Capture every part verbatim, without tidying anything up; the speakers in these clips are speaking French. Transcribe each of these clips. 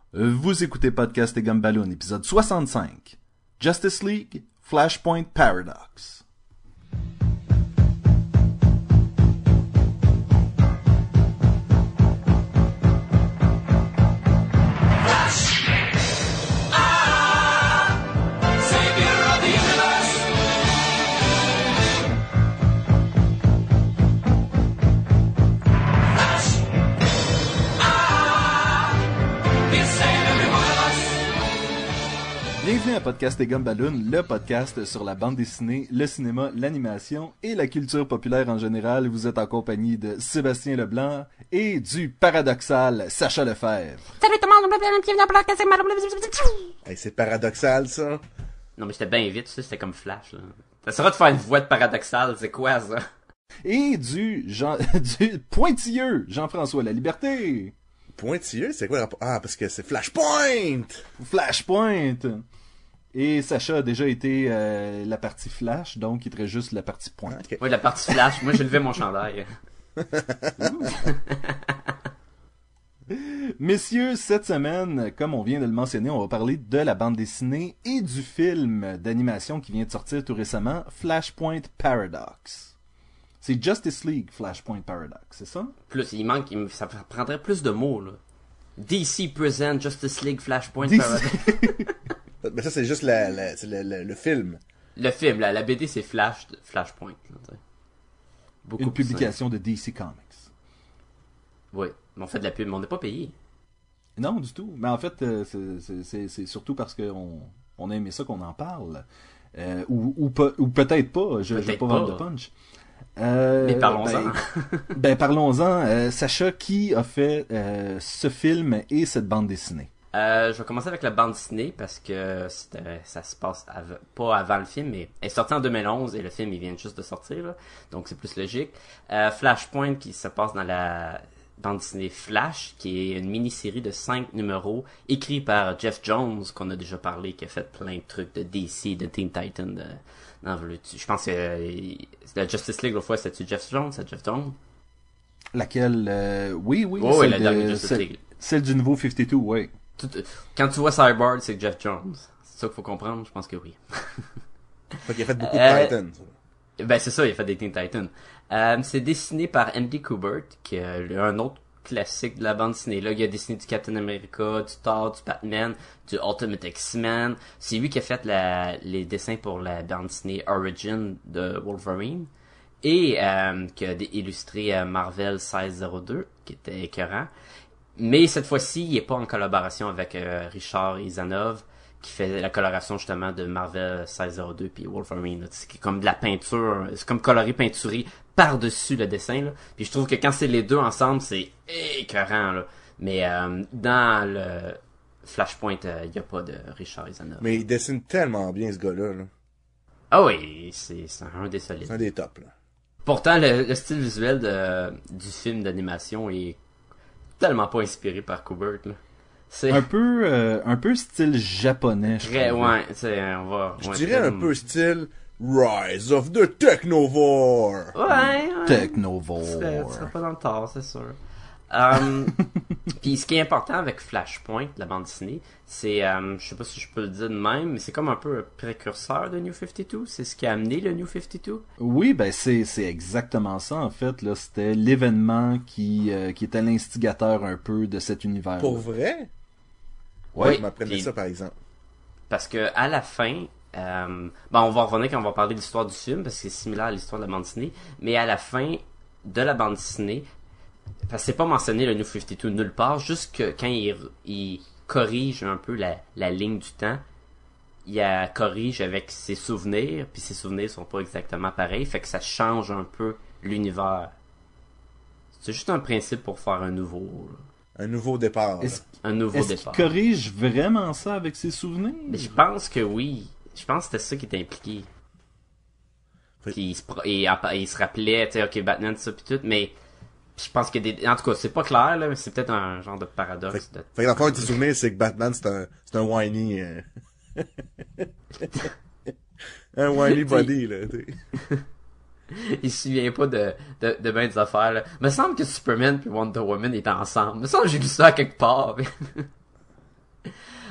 Vous écoutez Podcast et Gumballoon, épisode soixante-cinq. Justice League, Flashpoint Paradox. Bienvenue à Podcast et Gumballoon, le podcast sur la bande dessinée, le cinéma, l'animation et la culture populaire en général. Vous êtes en compagnie de Sébastien Leblanc et du paradoxal Sacha Lefebvre. Salut tout le monde, bienvenue dans Podcast et Gumballoon. Hey, c'est paradoxal, ça. Non, mais j'étais bien vite, tu sais, c'était comme Flash, là. Ça serait de faire une voix de paradoxal, c'est quoi, ça? Et du, Jean... du pointilleux Jean-François Laliberté. Pointilleux, c'est quoi le rapport? Ah, parce que c'est Flashpoint! Flashpoint! Et Sacha a déjà été euh, la partie Flash, donc il te reste juste la partie pointe. Okay. Oui, la partie Flash, moi j'ai levé mon chandail. Messieurs, cette semaine, comme on vient de le mentionner, on va parler de la bande dessinée et du film d'animation qui vient de sortir tout récemment, Flashpoint Paradox. C'est Justice League Flashpoint Paradox, c'est ça? Plus, il manque, il, ça prendrait plus de mots, là. D C present Justice League Flashpoint D C... Paradox. Mais ça, c'est juste la, la, c'est le, le, le film. Le film, la, la B D, c'est Flash, Flashpoint. Là, beaucoup Une publication simple. De D C Comics. Oui, mais on fait de la pub, mais on n'est pas payé. Non, du tout. Mais en fait, euh, c'est, c'est, c'est, c'est surtout parce qu'on on a aimé ça qu'on en parle. Euh, ou, ou, pe- ou peut-être pas, je ne vais pas vendre de punch. Euh, mais parlons-en. Ben, ben parlons-en. Euh, Sacha, qui a fait euh, ce film et cette bande dessinée? Euh, je vais commencer avec la bande dessinée parce que c'était, ça se passe av- pas avant le film, mais elle est sortie en deux mille onze et le film il vient juste de sortir, là, donc c'est plus logique. Euh, Flashpoint qui se passe dans la bande dessinée Flash, qui est une mini-série de cinq numéros écrit par Jeff Jones, qu'on a déjà parlé, qui a fait plein de trucs de D C, de Teen Titan, de... Non, je pense que euh, la Justice League, l'autre fois, c'était Jeff Jones, c'est Jeff Jones? Laquelle, euh, oui, oui, oh, celle, oui, la de, Justice celle, League. Celle du nouveau cinquante-deux, oui. Tout, quand tu vois Cyborg, c'est Jeff Jones. C'est ça qu'il faut comprendre, je pense que oui. Fait qu'il a fait beaucoup de euh, Titans. Ben c'est ça, il a fait des Teen Titans. Euh, c'est dessiné par M D Kubert, qui est un autre classique de la bande dessinée. Là, il a dessiné du Captain America, du Thor, du Batman, du Ultimate X-Men. C'est lui qui a fait la, les dessins pour la bande dessinée Origin de Wolverine. Et euh, qui a illustré euh, Marvel seize zéro deux, qui était écœurant. Mais cette fois-ci, il est pas en collaboration avec euh, Richard Izanov, qui fait la coloration justement de Marvel seize zéro deux puis Wolverine. Là. C'est comme de la peinture, c'est comme coloré peinturé par-dessus le dessin. Là. Puis je trouve que quand c'est les deux ensemble, c'est écœurant. Là. Mais euh, dans le Flashpoint, il euh, n'y a pas de Richard Izanov. Mais il dessine tellement bien, ce gars-là. Là. Ah oui, c'est, c'est un des solides. C'est un des tops. Là. Pourtant, le, le style visuel de, du film d'animation est tellement pas inspiré par Kubert, là. C'est un peu euh, un peu style japonais, je très, trouve. ouais, c'est on va Je ouais, dirais un comme... peu style Rise of the Technovore. Ouais, ouais. Technovore. Tu serais, tu serais pas dans le tort, c'est sûr. Um, puis ce qui est important avec Flashpoint, la bande dessinée, c'est, um, je sais pas si je peux le dire de même, mais c'est comme un peu un précurseur de New cinquante-deux. C'est ce qui a amené le New cinquante-deux. Oui, ben c'est c'est exactement ça en fait. Là, c'était l'événement qui euh, qui était l'instigateur un peu de cet univers. Pour vrai? Ouais. Je m'apprenais puis, ça par exemple. Parce que à la fin, euh, bon, on va revenir quand on va parler de l'histoire du film parce que c'est similaire à l'histoire de la bande dessinée. Mais à la fin de la bande dessinée, parce que c'est pas mentionné le New cinquante-deux nulle part, juste que quand il, il corrige un peu la, la ligne du temps, il a, corrige avec ses souvenirs, puis ses souvenirs sont pas exactement pareils, fait que ça change un peu l'univers. C'est juste un principe pour faire un nouveau, Un nouveau départ. Est-ce, un nouveau est-ce départ. qu'il corrige vraiment ça avec ses souvenirs? Mais je pense que oui. Je pense que c'était ça qui était impliqué. Oui. Puis il se, il, il se rappelait, tu sais, ok, Batman, ça, puis tout, mais je pense que des... En tout cas, c'est pas clair, là, mais c'est peut-être un genre de paradoxe. Fait, de... fait que dans le fond, un de tes souvenirs, c'est que Batman, c'est un, c'est un whiny... Euh... un whiny body, là. T'sais. Il se souvient pas de, de, de bien des affaires, là. Me semble que Superman puis Wonder Woman étaient ensemble. Me semble que j'ai lu ça à quelque part.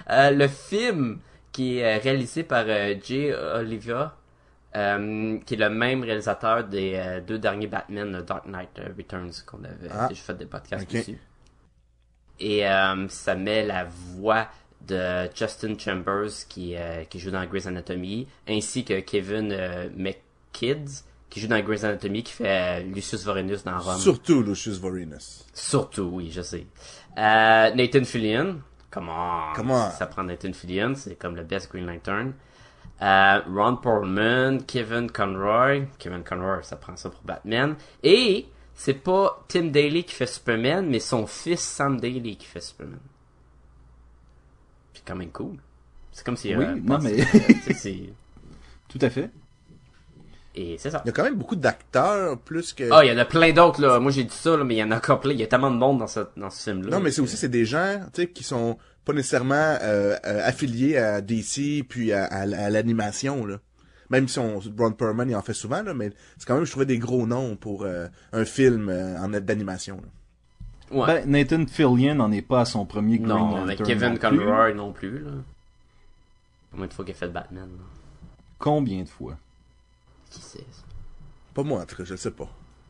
Euh, le film qui est euh, réalisé par euh, Jay Oliva, euh, qui est le même réalisateur des euh, deux derniers Batman, euh, Dark Knight euh, Returns, qu'on avait Ah. déjà fait des podcasts Ok. dessus. Et euh, ça met la voix de Justin Chambers qui, euh, qui joue dans Grey's Anatomy, ainsi que Kevin euh, McKidd qui joue dans Grey's Anatomy, qui fait euh, Lucius Vorenus dans Rome. Surtout Lucius Vorenus. Surtout, oui, je sais. Euh, Nathan Fillion. Comment Comment? Ça prend Nathan Fillion, c'est comme le best Green Lantern. Euh, Ron Perlman, Kevin Conroy. Kevin Conroy, ça prend ça pour Batman. Et c'est pas Tim Daly qui fait Superman, mais son fils Sam Daly qui fait Superman. C'est quand même cool. C'est comme si... Oui, euh, non, pensé- mais- tu sais, c'est... Tout à fait. Et c'est ça. Il y a quand même beaucoup d'acteurs, plus que... Ah, il y en a plein d'autres, là. Moi, j'ai dit ça, là, mais il y en a encore plein. Il y a tellement de monde dans ce, dans ce film-là. Non, mais c'est que- aussi, c'est des gens, tu sais, qui sont pas nécessairement euh, euh, affiliés à D C puis à, à, à l'animation, là. Même si on, Ron Perlman, il en fait souvent, là, mais c'est quand même, je trouvais des gros noms pour euh, un film euh, en d'animation, là. Ouais. Ben, Nathan Fillion n'en est pas à son premier Green non, Lantern. avec Kevin non plus. Conroy non plus, là. Combien de fois qu'il a fait Batman, là? Combien de fois? Qui sait, ça? Pas moi, en tout cas, je le sais pas.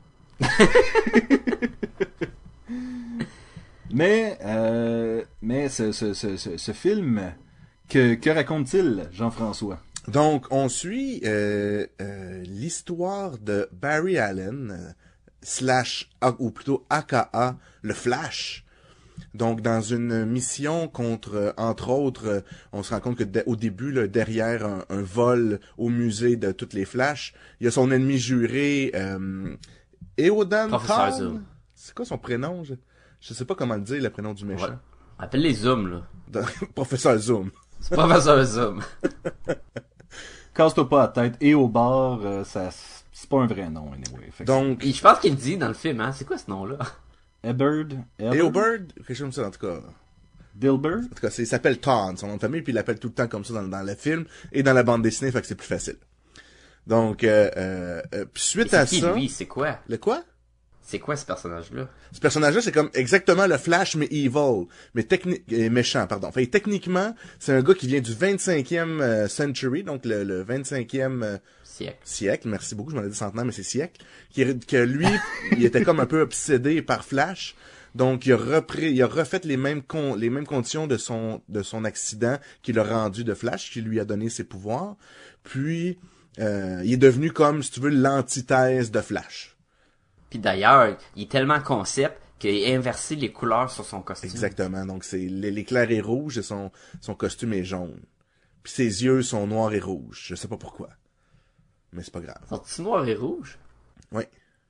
Mais, euh, mais ce, ce, ce, ce, ce film, que, que raconte-t-il, Jean-François? Donc, on suit euh, euh, l'histoire de Barry Allen, euh, slash, a- ou plutôt aka le Flash. Donc, dans une mission contre, euh, entre autres, euh, on se rend compte que dès- au début, là, derrière un, un vol au musée de toutes les Flashs, il y a son ennemi juré, euh, Eodan Professeur Thal? Zoom. C'est quoi son prénom? Je, je sais pas comment le dire, le prénom du méchant. Ouais. Appelle les Zooms, là. Professeur Zoom. C'est Professeur Zoom. Casse-toi pas la tête. Et au bar, euh, ça, c'est pas un vrai nom, anyway. Fait que Donc, Et je pense qu'il le dit dans le film, hein. C'est quoi ce nom-là? Ebert, Ebert, Eobard, quelque chose comme ça, en tout cas. Dilbert. En tout cas, c'est- il s'appelle Todd, son nom de famille, puis il l'appelle tout le temps comme ça dans, dans le film et dans la bande dessinée, fait que c'est plus facile. Donc, euh, euh, euh, puis suite Et à c'est qui, ça... lui? C'est quoi? Le quoi? C'est quoi, ce personnage-là? Ce personnage-là, c'est comme exactement le Flash, mais evil. Mais technique, euh, méchant, pardon. Fait que techniquement, c'est un gars qui vient du vingt-cinquième euh, century, donc le, le vingt-cinquième euh, Siècle. siècle, merci beaucoup, je m'en ai dit centenaire, mais c'est siècle, qui, que lui, il était comme un peu obsédé par Flash, donc il a repris, il a refait les mêmes con, les mêmes conditions de son de son accident qui l'a rendu de Flash, qui lui a donné ses pouvoirs, puis euh, il est devenu comme, si tu veux, l'antithèse de Flash. Puis d'ailleurs, il est tellement concept qu'il a inversé les couleurs sur son costume. Exactement, donc c'est l'éclair est rouge et son son costume est jaune, puis ses yeux sont noirs et rouges, je sais pas pourquoi, mais c'est pas grave. Sont-ils noir et rouge? Oui.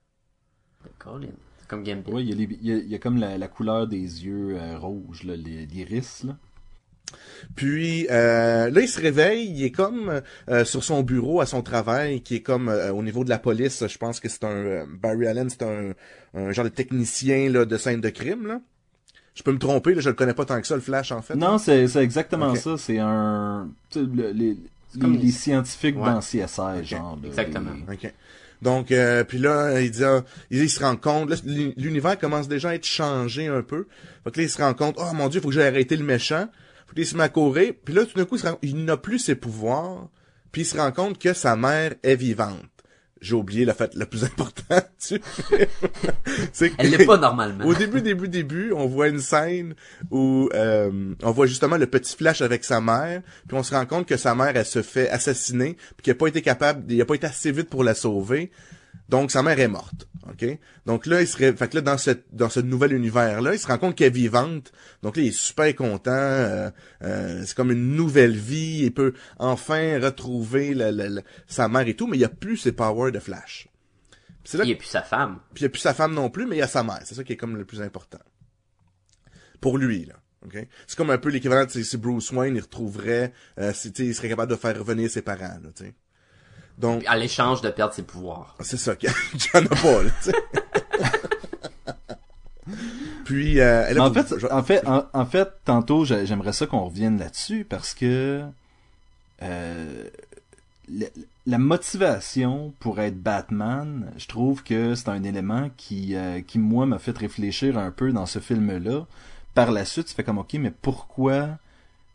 Colin. C'est comme Gambit. Oui, il y a, les- il y a, il y a comme la, la couleur des yeux euh, rouges, là, les- l'iris, là. Puis euh, là, il se réveille, il est comme euh, sur son bureau à son travail, qui est comme euh, au niveau de la police. Je pense que c'est un euh, Barry Allen, c'est un, un genre de technicien là de scène de crime là. Je peux me tromper, là, je le connais pas tant que ça, le Flash en fait. Non, c'est c'est exactement Ok. ça. C'est un... tu sais, le- les, les, comme les les- scientifiques Ouais. dans C S I, genre. là, Exactement. les- Ok. Donc, euh, puis là, il dit, ah, il, il se rend compte, là, l'uni- l'univers commence déjà à être changé un peu. Fait que là, il se rend compte, oh mon Dieu, faut que j'aille arrêter le méchant. Faut qu'il se met à courir. Puis là, tout d'un coup, il, se rend- il n'a plus ses pouvoirs. Puis il se rend compte que sa mère est vivante. J'ai oublié le fait le plus important du film. C'est que- Elle l'est pas normalement. Au début, début, début, on voit une scène où euh, on voit justement le petit Flash avec sa mère, puis on se rend compte que sa mère, elle se fait assassiner, puis qu'il a pas été capable, il a pas été assez vite pour la sauver. Donc sa mère est morte, ok. Donc là, il serait, fait que là dans ce dans ce nouvel univers là, il se rend compte qu'elle est vivante. Donc là, il est super content. Euh, euh, c'est comme une nouvelle vie. Il peut enfin retrouver la- la- la- sa mère et tout, mais il y a plus ses powers de Flash. Puis c'est là Il est plus sa femme. puis il n'y a plus sa femme non plus, mais il y a sa mère. C'est ça qui est comme le plus important. Pour lui, là. Okay? C'est comme un peu l'équivalent de si Bruce Wayne, il retrouverait, euh, si, tu sais, il serait capable de faire revenir ses parents, là, tu sais. Donc, À l'échange de perdre ses pouvoirs. c'est ça qu'il y en a pas, là, tu sais. Puis, euh, elle a- En fait, je- en fait, en, en fait, tantôt, j'ai- j'aimerais ça qu'on revienne là-dessus parce que euh, la, la motivation pour être Batman, je trouve que c'est un élément qui, euh, qui moi, m'a fait réfléchir un peu dans ce film-là. Par la suite, tu fais comme, ok, mais pourquoi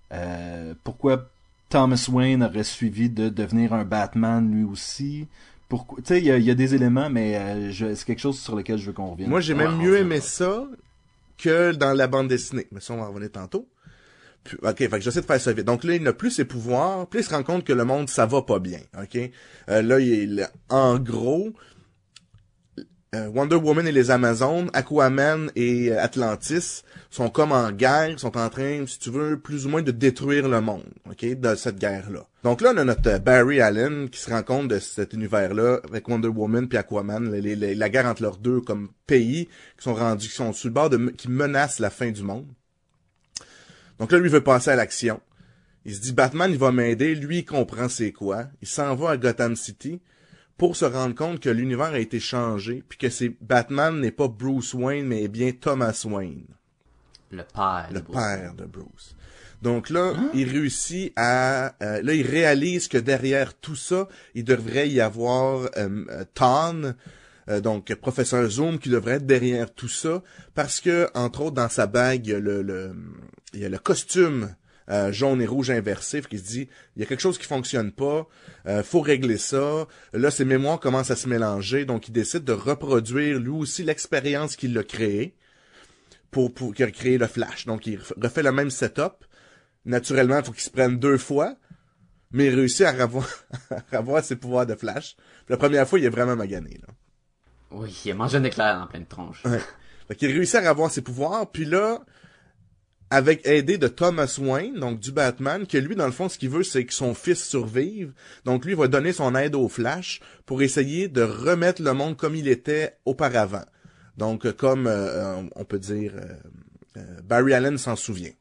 Euh, pourquoi Thomas Wayne aurait suivi de devenir un Batman lui aussi. Pourquoi, tu sais, il y, y a des éléments, mais euh, je, c'est quelque chose sur lequel je veux qu'on revienne. Moi, j'ai Ouais, même on mieux va aimé voir. ça que dans la bande dessinée. Mais ça, on va en revenir tantôt. Puis, ok, fait que j'essaie de faire ça vite. Donc là, il n'a plus ses pouvoirs, puis il se rend compte que le monde, ça va pas bien, ok? Euh, là, il est, en gros, euh, Wonder Woman et les Amazones, Aquaman et euh, Atlantis sont comme en guerre, sont en train, si tu veux, plus ou moins de détruire le monde, ok, de cette guerre-là. Donc là, on a notre euh, Barry Allen qui se rend compte de cet univers-là avec Wonder Woman puis Aquaman, les, les, la guerre entre leurs deux comme pays qui sont rendus, qui sont sur le bord de, qui menacent la fin du monde. Donc là, lui, il veut passer à l'action. Il se dit, Batman, il va m'aider. Lui, il comprend c'est quoi. Il s'en va à Gotham City pour se rendre compte que l'univers a été changé, puis que c'est Batman n'est pas Bruce Wayne, mais bien Thomas Wayne, Le père. le de Bruce père Wayne. de Bruce. Donc là, il réussit à... Euh, là, il réalise que derrière tout ça, il devrait y avoir euh, euh, Thawne, Euh, donc professeur Zoom qui devrait être derrière tout ça parce que entre autres dans sa bague il y a le, le il y a le costume euh, jaune et rouge inversé qui se dit il y a quelque chose qui fonctionne pas, euh, faut régler ça. Là ses mémoires commencent à se mélanger, donc il décide de reproduire lui aussi l'expérience qu'il a créée pour pour qu'il a créé le Flash. Donc il refait le même setup. Naturellement il faut qu'il se prenne deux fois, mais il réussit à revoir, à revoir ses pouvoirs de Flash. Puis la première fois il est vraiment magané là. Oui, il a mangé un éclair en pleine tronche. Ouais. Fait qu'il réussit à avoir ses pouvoirs, puis là, avec aidé de Thomas Wayne, donc du Batman, que lui, dans le fond, ce qu'il veut, c'est que son fils survive. Donc lui, il va donner son aide au Flash pour essayer de remettre le monde comme il était auparavant. Donc, comme, euh, on peut dire, euh, euh, Barry Allen s'en souvient.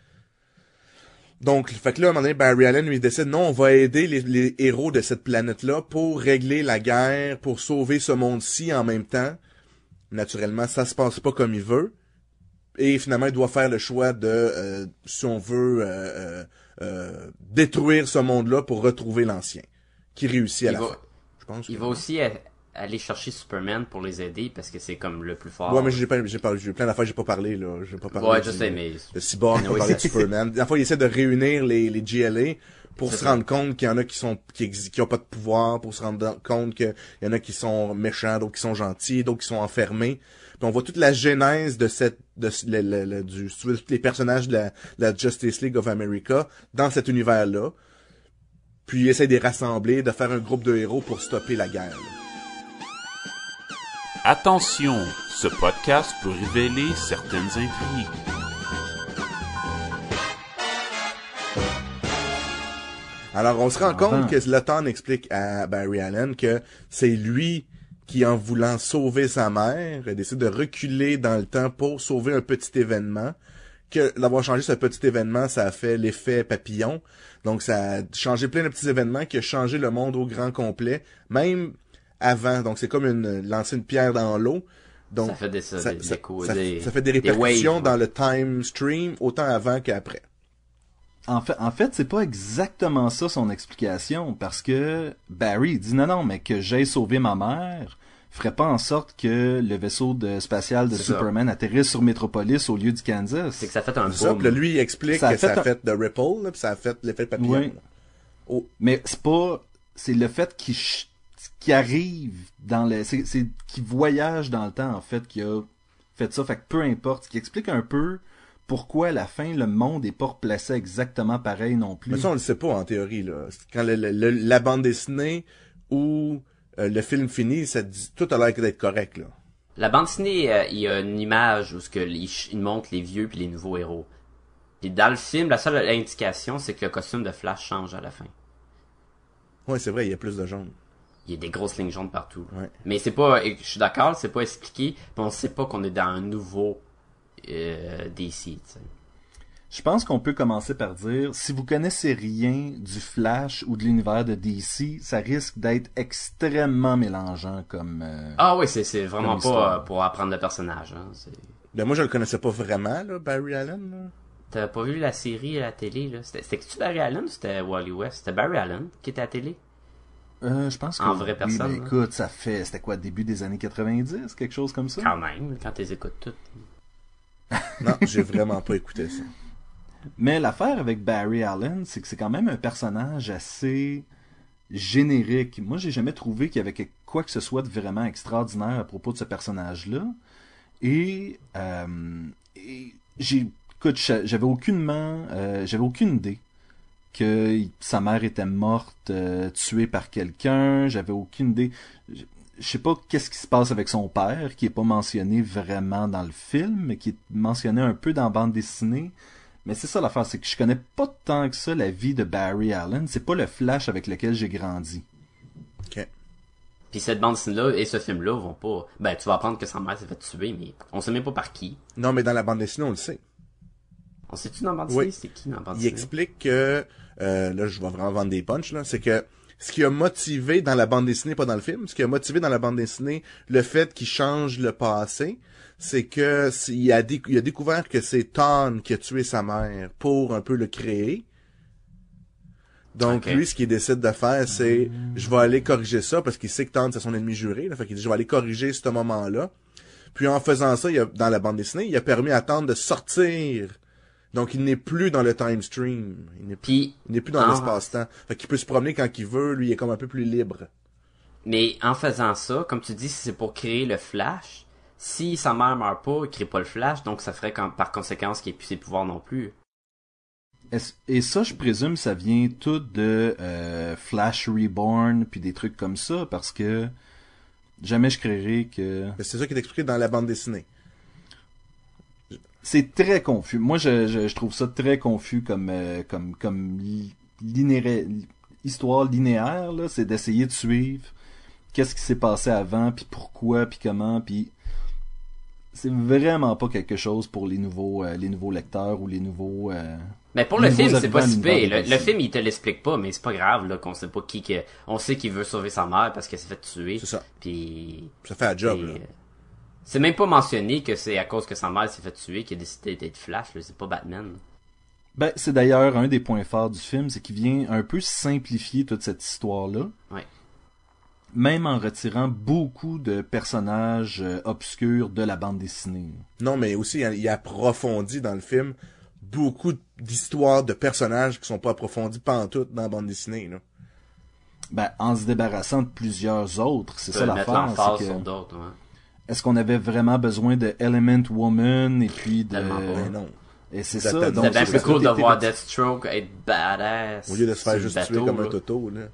Donc, fait que là, à un moment donné, Barry Allen lui décide, non, on va aider les, les héros de cette planète-là pour régler la guerre, pour sauver ce monde-ci en même temps. Naturellement, ça se passe pas comme il veut. Et finalement, il doit faire le choix de, euh, si on veut, euh, euh, euh, détruire ce monde-là pour retrouver l'ancien, qui réussit à Il la va- fin. Je pense. Il que- va aussi a- aller chercher Superman pour les aider parce que c'est comme le plus fort. Ouais, mais j'ai pas, j'ai pas, j'ai plein d'affaires, j'ai pas parlé, là. J'ai pas parlé. Ouais, je du- sais, mais... de Cyborg, Mais on oui, parlait de c'est- Superman. Des fois, il essaie de réunir les, les G L A pour C'est se ça. rendre compte qu'il y en a qui sont, qui, exi- qui ont pas de pouvoir, pour se rendre compte qu'il y en a qui sont méchants, d'autres qui sont gentils, d'autres qui sont enfermés. Puis on voit toute la genèse de cette, de, le, le, le- du, si tu veux, tous les personnages de la, de la Justice League of America dans cet univers-là. Puis il essaie de les rassembler, de faire un groupe de héros pour stopper la guerre, là. Attention, ce podcast peut révéler certaines intrigues. Alors, on se rend compte Enfin. que Zlatan explique à Barry Allen que c'est lui qui, en voulant sauver sa mère, a décidé de reculer dans le temps pour sauver un petit événement. Que d'avoir changé ce petit événement, ça a fait l'effet papillon. Donc, ça a changé plein de petits événements qui a changé le monde au grand complet, même avant. Donc, c'est comme une lancer une pierre dans l'eau. Donc, Ça fait des, ça, des, ça, échos, ça- des- ça fait des des répercussions waves, dans ouais. le time stream, autant avant qu'après. En fait, en fait, c'est pas exactement ça son explication, parce que Barry il dit non, non, mais que j'aille sauver ma mère ferait pas en sorte que le vaisseau de spatial de C'est ça. Superman atterrisse sur Metropolis au lieu du Kansas. C'est que ça fait un C'est ça, boom. puis là, lui, il explique Ça a que ça fait a un- fait de ripple, là, puis ça a fait l'effet papillon. Oui. là. Oh. Mais c'est pas, c'est le fait qu'il ch- qu'il arrive dans le, c'est, c'est qu'il voyage dans le temps en fait qui a fait ça. Fait que peu importe, ce qui explique un peu pourquoi à la fin le monde est pas replacé exactement pareil non plus. Mais ça, on le sait pas, en théorie, là. C'est Quand le- le- le- la bande dessinée ou euh, le film finit, ça dit, tout a l'air d'être correct, là. La bande dessinée, euh, il y a une image où ce que il, ch- il montre les vieux puis les nouveaux héros. Puis dans le film, la seule indication, c'est que le costume de Flash change à la fin. Ouais, c'est vrai, il y a plus de jaune. Il y a des grosses lignes jaunes partout. Ouais. Mais c'est pas, je suis d'accord, c'est pas expliqué, puis on sait pas qu'on est dans un nouveau euh, D C, tu sais. Je pense qu'on peut commencer par dire, si vous connaissez rien du Flash ou de l'univers de D C, ça risque d'être extrêmement mélangeant comme... euh, Ah oui, c'est, c'est vraiment Comme pas histoire. euh, pour apprendre le personnage. Hein. C'est... Ben, moi, je le connaissais pas vraiment, là, Barry Allen, là. T'as pas vu la série à la télé, là? C'était, c'était-tu Barry Allen ou c'était Wally West? C'était Barry Allen qui était à la télé? euh, je pense que... En vraie oui, personne, ben, hein. écoute, ça fait... C'était quoi, début des années quatre-vingt-dix? Quelque chose comme ça? Quand même, quand t'es écoutes toutes. Non, j'ai vraiment pas écouté ça. Mais l'affaire avec Barry Allen, c'est que c'est quand même un personnage assez générique. Moi, j'ai jamais trouvé qu'il y avait quoi que ce soit de vraiment extraordinaire à propos de ce personnage-là. Et, euh, et j'ai, écoute, j'avais aucunement, euh, j'avais aucune idée que sa mère était morte, euh, tuée par quelqu'un. J'avais aucune idée. Je, je sais pas qu'est-ce qui se passe avec son père, qui est pas mentionné vraiment dans le film, mais qui est mentionné un peu dans la bande dessinée. Mais c'est ça l'affaire, c'est que je connais pas tant que ça la vie de Barry Allen. C'est pas le Flash avec lequel j'ai grandi. Ok. Puis cette bande dessinée-là et ce film-là vont pas... Ben, tu vas apprendre que sa mère s'est fait tuer, mais on sait même pas par qui. Non, mais dans la bande dessinée, on le sait. On sait-tu dans la bande dessinée? Oui. C'est qui dans la bande Il dessinée? explique que... Euh, là, je vais vraiment vendre des punchs, là. C'est que ce qui a motivé dans la bande dessinée, pas dans le film, ce qui a motivé dans la bande dessinée le fait qu'il change le passé, c'est que il a, déc- il a découvert que c'est Ton qui a tué sa mère pour un peu le créer. Donc Okay. lui, ce qu'il décide de faire, c'est je vais aller corriger ça parce qu'il sait que Ton c'est son ennemi juré. Là, fait qu'il dit je vais aller corriger ce moment-là. Puis en faisant ça, il a, dans la bande dessinée, il a permis à Ton de sortir. Donc il n'est plus dans le time stream. Il n'est, Puis, il n'est plus dans en- l'espace-temps. Fait qu'il peut se promener quand il veut. Lui, il est comme un peu plus libre. Mais en faisant ça, comme tu dis, si c'est pour créer le Flash, si sa mère meurt pas, il crée pas le Flash, donc ça ferait comme, par conséquence qu'il ait plus ses pouvoirs non plus. Est-ce- Et ça, je présume, ça vient tout de euh, Flash Reborn, puis des trucs comme ça, parce que jamais je créerais que... Mais c'est ça qui est expliqué dans la bande dessinée. C'est très confus. Moi, je, je, je trouve ça très confus comme euh, comme comme li- linéaire, histoire linéaire. Là, c'est d'essayer de suivre qu'est-ce qui s'est passé avant, puis pourquoi, puis comment, puis c'est vraiment pas quelque chose pour les nouveaux euh, les nouveaux lecteurs ou les nouveaux. Euh... Mais pour Les le film, nouveaux c'est pas arrivants si à l'univers pire. de Le, D le C. film, il te l'explique pas, mais c'est pas grave, là, qu'on sait pas qui que, on sait qu'il veut sauver sa mère parce qu'elle s'est fait tuer. C'est ça. Puis, Ça fait un job, c'est- là. c'est même pas mentionné que c'est à cause que sa mère s'est fait tuer qu'il a décidé d'être Flash, là. C'est pas Batman. Ben, c'est d'ailleurs un des points forts du film, c'est qu'il vient un peu simplifier toute cette histoire-là. Ouais. Même en retirant beaucoup de personnages euh, obscurs de la bande dessinée. Non, mais aussi, il approfondit dans le film beaucoup d'histoires de personnages qui sont pas approfondis pantoute dans la bande dessinée, là. Ben, en se débarrassant de plusieurs autres, c'est Tu ça peux mettre l'affaire. l'emphase c'est que- sur d'autres, ouais. Est-ce qu'on avait vraiment besoin de Element Woman et puis de... Tellement pas. Mais non. Et c'est Ça ça. t'a- Donc, C'est bien c'est plus parce cool que de t'es- voir t'es- Deathstroke être badass. Au lieu de se faire sur juste le tuer bateau, comme un là. toto, là.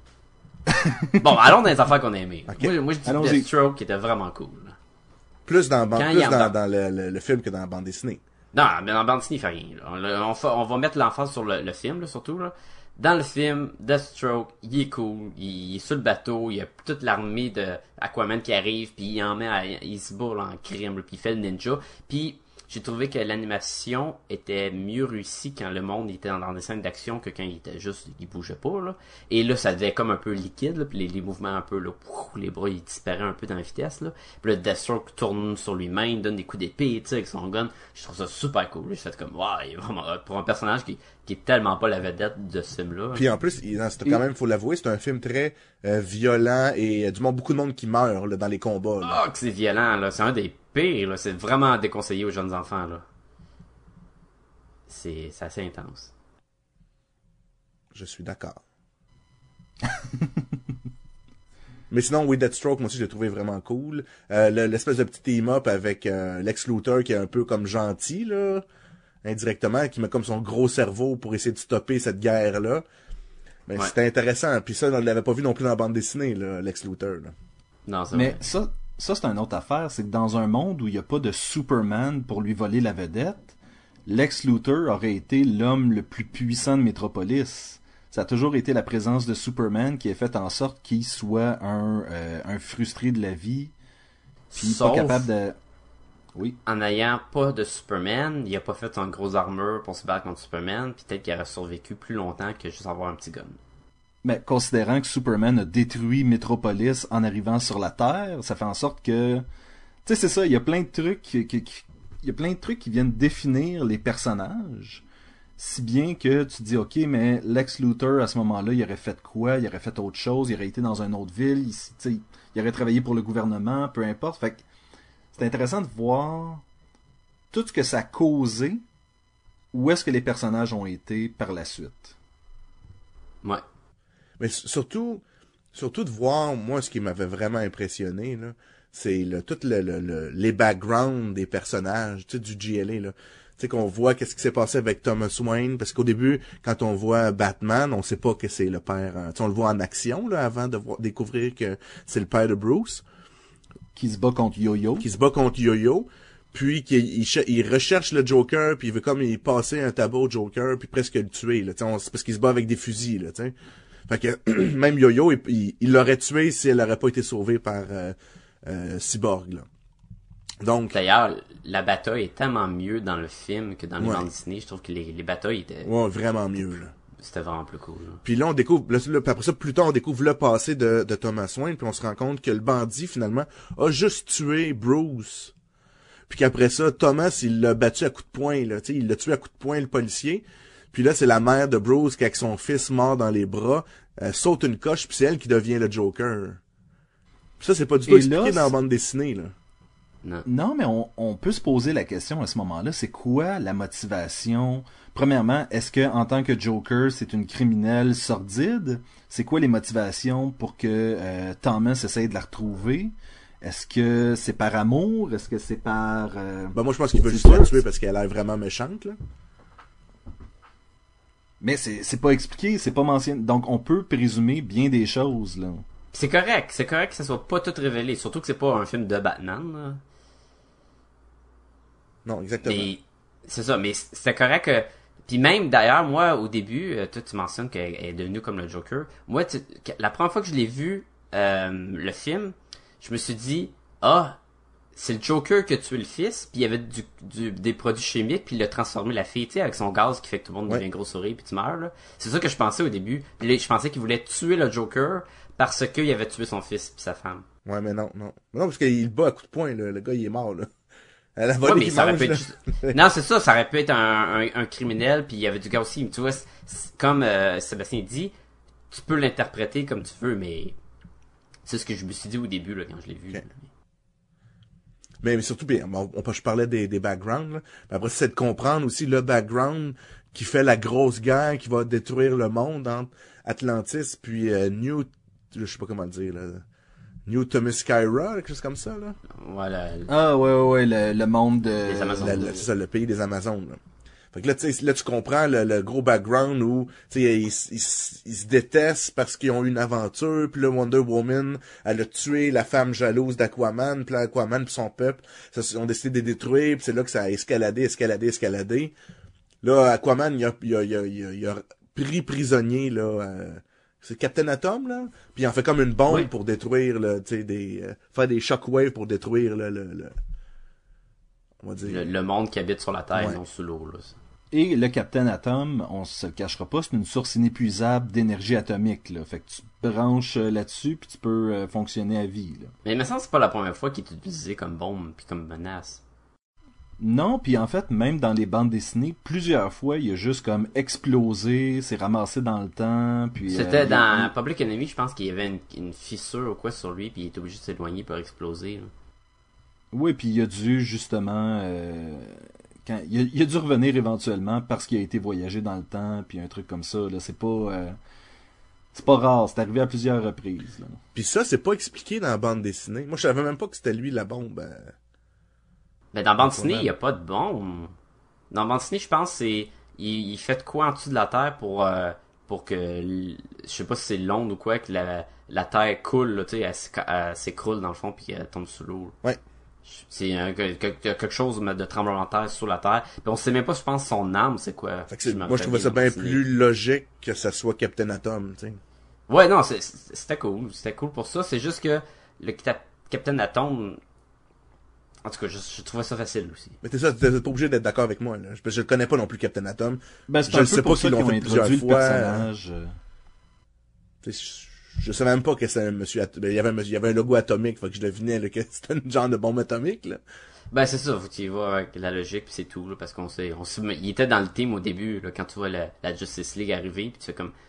Bon, allons dans les affaires qu'on a aimées. Ok. Moi, moi, je dis Allons-y. Deathstroke qui était vraiment cool. Plus dans, ban- Quand plus il en dans, parle. dans le, le, le film que dans la bande dessinée. Non, mais dans la bande dessinée, il fait rien. Là. On, on, fa- on va mettre l'emphase sur le, le film, là, surtout. Là. Dans le film, Deathstroke, il est cool, il est sur le bateau, il y a toute l'armée de Aquaman qui arrive, puis il en met, à, il se bourre en crime, là, puis il fait le ninja. Puis j'ai trouvé que l'animation était mieux réussie quand le monde était dans, dans des scènes d'action que quand il était juste, il bougeait pas, là. Et là, ça devait comme un peu liquide, là, puis les, les mouvements un peu, là, pouf, les bras, ils disparaient un peu dans la vitesse, là. Puis là, Deathstroke tourne sur lui-même, donne des coups d'épée, tu sais, avec son gun. Je trouve ça super cool. J'ai fait comme, waouh, il est vraiment hot. Pour un personnage qui, qui est tellement pas la vedette de ce film-là. Puis en plus, il, non, c'est quand même, faut l'avouer, c'est un film très euh, violent et euh, du moins beaucoup de monde qui meurt là, dans les combats. Là. Ah, que c'est violent, là. C'est un des pires, là. C'est vraiment déconseillé aux jeunes enfants, là. C'est, c'est assez intense. Je suis d'accord. Mais sinon, oui, Deathstroke, moi aussi, je l'ai trouvé vraiment cool. Euh, le- l'espèce de petit team-up avec euh, Lex Luthor qui est un peu comme gentil, là, indirectement, qui met comme son gros cerveau pour essayer de stopper cette guerre-là. Mais Ouais. c'était intéressant. Puis ça, on l'avait pas vu non plus dans la bande dessinée, là, Lex Luthor. Là. Non, c'est Mais vrai. ça, ça c'est une autre affaire. C'est que dans un monde où il n'y a pas de Superman pour lui voler la vedette, Lex Luthor aurait été l'homme le plus puissant de Metropolis. Ça a toujours été la présence de Superman qui a fait en sorte qu'il soit un, euh, un frustré de la vie, puis Sauf pas capable de... Oui. en n'ayant pas de Superman, il a pas fait son gros armure pour se battre contre Superman, puis peut-être qu'il aurait survécu plus longtemps que juste avoir un petit gun. Mais considérant que Superman a détruit Metropolis en arrivant sur la Terre, ça fait en sorte que... Tu sais, c'est ça, il y a plein de trucs qui, qui- qui- il y a plein de trucs qui viennent définir les personnages, si bien que tu te dis, ok, mais Lex Luthor, à ce moment-là, il aurait fait quoi? Il aurait fait autre chose, il aurait été dans une autre ville, il, tu sais, il aurait travaillé pour le gouvernement, peu importe. Fait que c'est intéressant de voir tout ce que ça a causé où est-ce que les personnages ont été par la suite. Ouais. Mais surtout, surtout de voir, moi, ce qui m'avait vraiment impressionné, là, c'est le, tout le, le, le, les backgrounds des personnages, tu sais, du G L A, là. Tu sais, qu'on voit qu'est-ce qui s'est passé avec Thomas Wayne, parce qu'au début, quand on voit Batman, on sait pas que c'est le père, hein, tu sais, on le voit en action, là, avant de voir, découvrir que c'est le père de Bruce. Qui se bat contre Yo-Yo. Qui se bat contre Yo-Yo. Puis qu'il il, il recherche le Joker, puis il veut comme il passer un tableau au Joker, puis presque le tuer, là, tu sais, parce qu'il se bat avec des fusils, là, tu sais. Fait que même Yo-Yo, il, il, il l'aurait tué si elle n'aurait pas été sauvée par euh, euh, Cyborg, là. Donc, d'ailleurs, la bataille est tellement mieux dans le film que dans les ouais. bandes dessinées. Je trouve que les, les batailles étaient... Ouais, vraiment mieux, là. C'était vraiment plus cool, là. Puis là, on découvre, là, là, après ça, plus tard, on découvre le passé de, de Thomas Wayne, puis on se rend compte que le bandit, finalement, a juste tué Bruce. Puis qu'après ça, Thomas, il l'a battu à coups de poing, là, tu sais, il l'a tué à coups de poing, le policier. Puis là, c'est la mère de Bruce qui, avec son fils mort dans les bras, euh, saute une coche, puis c'est elle qui devient le Joker. Puis ça, c'est pas du tout Et expliqué là, dans la bande dessinée, là. Non. Non, mais on, on peut se poser la question à ce moment-là, c'est quoi la motivation? Premièrement, est-ce que en tant que Joker, c'est une criminelle sordide? C'est quoi les motivations pour que euh, Thomas essaye de la retrouver? Est-ce que c'est par amour? Est-ce que c'est par... Euh... Ben moi, je pense qu'il veut C'est juste la quoi? tuer parce qu'elle a l'air vraiment méchante, là. Mais c'est, c'est pas expliqué, c'est pas mentionné. Donc on peut présumer bien des choses, là. C'est correct, c'est correct que ça soit pas tout révélé, surtout que c'est pas un film de Batman, là. Non, exactement. Mais c'est ça, mais c'est correct que... Puis même, d'ailleurs, moi, au début, euh, toi, tu mentionnes qu'elle est devenue comme le Joker. Moi, tu... la première fois que je l'ai vu, euh, le film, je me suis dit, ah, c'est le Joker qui a tué le fils, puis il y avait du, du, des produits chimiques, puis il a transformé la fille, tu sais, avec son gaz qui fait que tout le monde Ouais. devient gros sourire, puis tu meurs, là. C'est ça que je pensais au début. Puis là, je pensais qu'il voulait tuer le Joker parce qu'il avait tué son fils puis sa femme. Ouais, mais non, non. Non, parce qu'il le bat à coups de poing, là. Le gars, il est mort, là. Elle a Ouais, volé mais ça aurait l'image, pu là. être juste... Non, c'est ça, ça aurait pu être un, un, un criminel, puis il y avait du gars aussi. Tu vois, c'est- c'est comme euh, Sébastien dit, tu peux l'interpréter comme tu veux, mais c'est ce que je me suis dit au début, là, quand je l'ai vu. Ok. là. Mais, mais surtout, bien, on, on, je parlais des, des backgrounds, là. Mais après, c'est de comprendre aussi le background qui fait la grosse guerre qui va détruire le monde entre Atlantis puis euh, New... Je sais pas comment le dire, là. New Themyscira, quelque chose comme ça, là. Voilà. Ah ouais ouais ouais, le, le monde de... Les Amazones. La- la- c'est ça, le pays des Amazones, là. Fait que là, tu sais, là, tu comprends le, le gros background où, tu sais, ils, ils, ils se détestent parce qu'ils ont eu une aventure, puis là, Wonder Woman, elle a tué la femme jalouse d'Aquaman, puis là, Aquaman puis son peuple, ça, ils ont décidé de les détruire, puis c'est là que ça a escaladé, escaladé, escaladé. Là, Aquaman, il a, il a, il a, il a, il a pris prisonnier, là, euh, c'est Captain Atom, là, puis il en fait comme une bombe Oui. pour détruire, là, tu sais, des, euh, faire des shockwaves pour détruire, le, le, le on va dire... Le, le monde qui habite sur la Terre, Ouais. non sous l'eau, là. ça. Et le Captain Atom, on se le cachera pas, c'est une source inépuisable d'énergie atomique, là. Fait que tu te branches euh, là-dessus, puis tu peux euh, fonctionner à vie, là. Mais il me semble que c'est pas la première fois qu'il est utilisé comme bombe puis comme menace. Non, puis en fait, même dans les bandes dessinées, plusieurs fois, il a juste comme explosé, s'est ramassé dans le temps, puis... C'était euh, dans il- Public Enemy, je pense qu'il y avait une, une fissure ou quoi sur lui, puis il était obligé de s'éloigner pour exploser, là. Oui, puis il a dû, justement... euh, quand... il, a, il a dû revenir éventuellement parce qu'il a été voyagé dans le temps, puis un truc comme ça, là. C'est pas... euh, C'est pas rare, c'est arrivé à plusieurs reprises, là. Puis ça, c'est pas expliqué dans la bande dessinée. Moi, je savais même pas que c'était lui la bombe. euh. Mais dans bande Aquaman. dessinée, il n'y a pas de bombe. Dans bande dessinée, je pense c'est il, il fait de quoi en dessous de la terre pour euh, pour que l- je sais pas si c'est l'onde ou quoi que la, la terre coule, là, tu sais, elle, s'éc- elle s'écroule dans le fond puis elle tombe sous l'eau. Ouais. C'est un, que- que- quelque chose de tremblement de terre sur la terre. Puis on sait même pas, je pense, son âme, c'est quoi. Fait que c'est- Je me moi, je trouvais rappelle ça dans bien bande plus dessinée. logique que ça soit Captain Atom, tu sais. Ouais, non, c'est- c'est- c'était cool. C'était cool pour ça. C'est juste que le Cap- Captain Atom... En tout cas, je, je trouvais ça facile aussi. Mais t'es ça, t'es pas obligé d'être d'accord avec moi, là. Je, je le connais pas non plus, Captain Atom. Ben, c'est Je un le peu sais pour pas ça qu'ils qu'ils l'ont ont fait plusieurs introduit le fois, personnage. euh. Tu sais, je, je savais même pas que c'était un monsieur, at- ben, il y avait un, monsieur- il y avait un logo atomique, fait que je devinais, là, que c'était un genre de bombe atomique, là. Ben c'est ça, faut que tu y vas avec la logique puis c'est tout là, parce qu'on sait, on sait, il était dans le team au début là, quand tu vois la, la Justice League arriver puis tu fais comme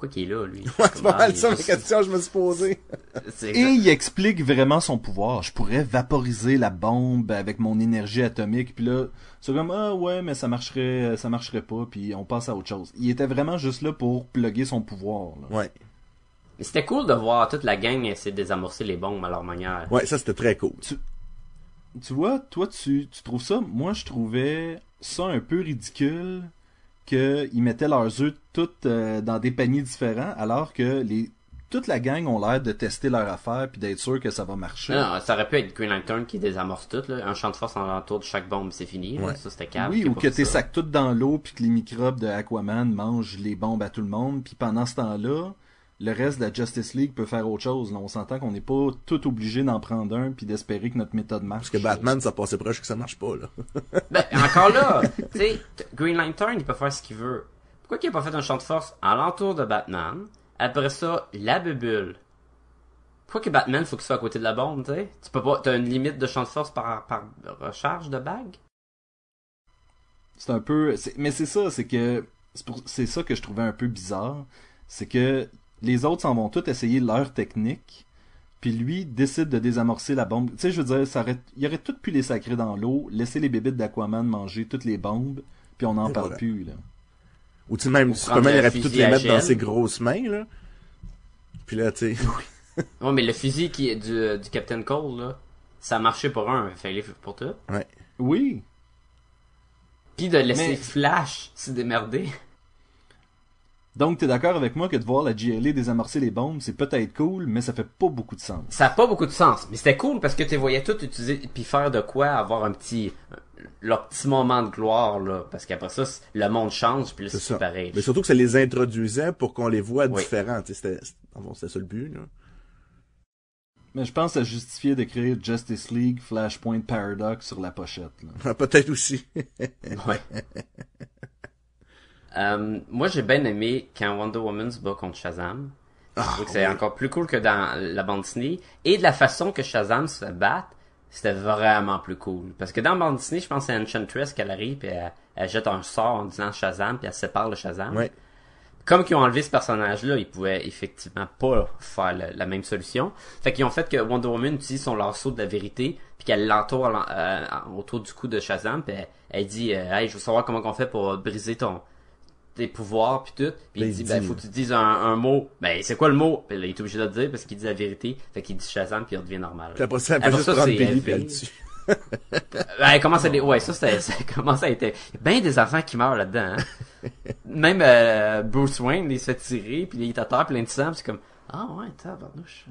pourquoi qu'il est là, lui? Ouais, c'est Comme, pas ah, mal il est ça, ma juste- question, je me suis posée. C'est Et il explique vraiment son pouvoir. Je pourrais vaporiser la bombe avec mon énergie atomique, puis là, c'est comme ah ouais, mais ça marcherait, ça marcherait pas, puis on passe à autre chose. Il était vraiment juste là pour plugger son pouvoir. Là. Ouais. Mais c'était cool de voir toute la gang essayer de désamorcer les bombes à leur manière. Ouais, ça c'était très cool. Tu vois, toi, tu, tu trouves ça? Moi, je trouvais ça un peu ridicule qu'ils mettaient leurs œufs toutes euh, dans des paniers différents, alors que les toute la gang ont l'air de tester leur affaire puis d'être sûr que ça va marcher. Non, ça aurait pu être Green Lantern qui désamorce tout, là. Un champ de force en l'entour de chaque bombe, c'est fini. là. Ouais. Ça, c'était calme. Oui, ou que t'es sacs toutes dans l'eau puis que les microbes de Aquaman mangent les bombes à tout le monde, puis pendant ce temps-là, le reste de la Justice League peut faire autre chose. Là. On s'entend qu'on n'est pas tout obligé d'en prendre un puis d'espérer que notre méthode marche. Parce que Batman, ça passait proche que ça marche pas, là. Ben, encore là, tu sais, t- Green Lantern, il peut faire ce qu'il veut. Pourquoi qu'il a pas fait un champ de force à l'entour de Batman? Après ça, la bubule. Pourquoi que Batman, faut qu'il soit à côté de la bombe, tu sais? Tu peux pas, t'as une limite de champ de force par, par recharge de bague? C'est un peu... c'est- Mais c'est ça, c'est que... C'est, pour... c'est ça que je trouvais un peu bizarre. C'est que les autres s'en vont tous essayer leur technique, puis lui décide de désamorcer la bombe. Tu sais, je veux dire, ça aurait... il aurait tout pu les sacrer dans l'eau, laisser les bébites d'Aquaman manger toutes les bombes, puis on n'en Et parle voilà. plus, là. Ou tu sais, même Ou Superman, prendre il le aurait pu toutes fusil les à mettre dans gel. ses grosses mains, là. Puis là, tu sais. Ouais, mais le fusil qui est du, du Captain Cole, là, ça a marché pour un, il fallait pour tout. Ouais. Oui. Pis de laisser Mais- Flash se démerder. Donc, t'es d'accord avec moi que de voir la J L A désamorcer les bombes, c'est peut-être cool, mais ça fait pas beaucoup de sens. Ça a pas beaucoup de sens, mais c'était cool parce que tu voyais tout utiliser puis faire de quoi avoir un petit leur petit moment de gloire là, parce qu'après ça c- le monde change puis là C'est c'est ça. pareil. Mais surtout que ça les introduisait pour qu'on les voit Oui. différents. Tu sais, c'était, c'était, en fond, c'était ça le but, là. Mais je pense que ça justifiait d'écrire Justice League Flashpoint Paradox sur la pochette, là. Peut-être aussi. Ouais. Euh, moi j'ai bien aimé quand Wonder Woman se bat contre Shazam. Je Ah, trouve que c'est oui. encore plus cool que dans la bande dessinée et de la façon que Shazam se bat, c'était vraiment plus cool. Parce que dans la bande dessinée, je pense que c'est Enchantress qu'elle arrive et elle, elle jette un sort en disant Shazam puis elle sépare le Shazam. Ouais. Comme qu'ils ont enlevé ce personnage-là, ils pouvaient effectivement pas faire le- la même solution. Fait qu'ils ont fait que Wonder Woman utilise son lasso de la vérité, puis qu'elle l'entoure euh, autour du cou de Shazam, puis elle, elle dit euh, Hey, je veux savoir comment on fait pour briser ton tes pouvoirs puis tout. Puis Là, il il dit dit, ben faut que tu dises un, un mot. Ben c'est quoi le mot? Puis là, il est obligé de le dire parce qu'il dit la vérité. Fait qu'il dit Shazam puis il redevient normal. Puis après ça, elle fait Après juste ça, prendre c'est Billy puis élevé. elle le tue. Ben, elle commence à les... Ouais, ça, c'était, ça commence à être... Il y a bien des enfants qui meurent là-dedans, hein. Même euh, Bruce Wayne, il se fait tirer, puis il est à terre plein de sang, puis c'est comme... Ah ouais, tabarnouche.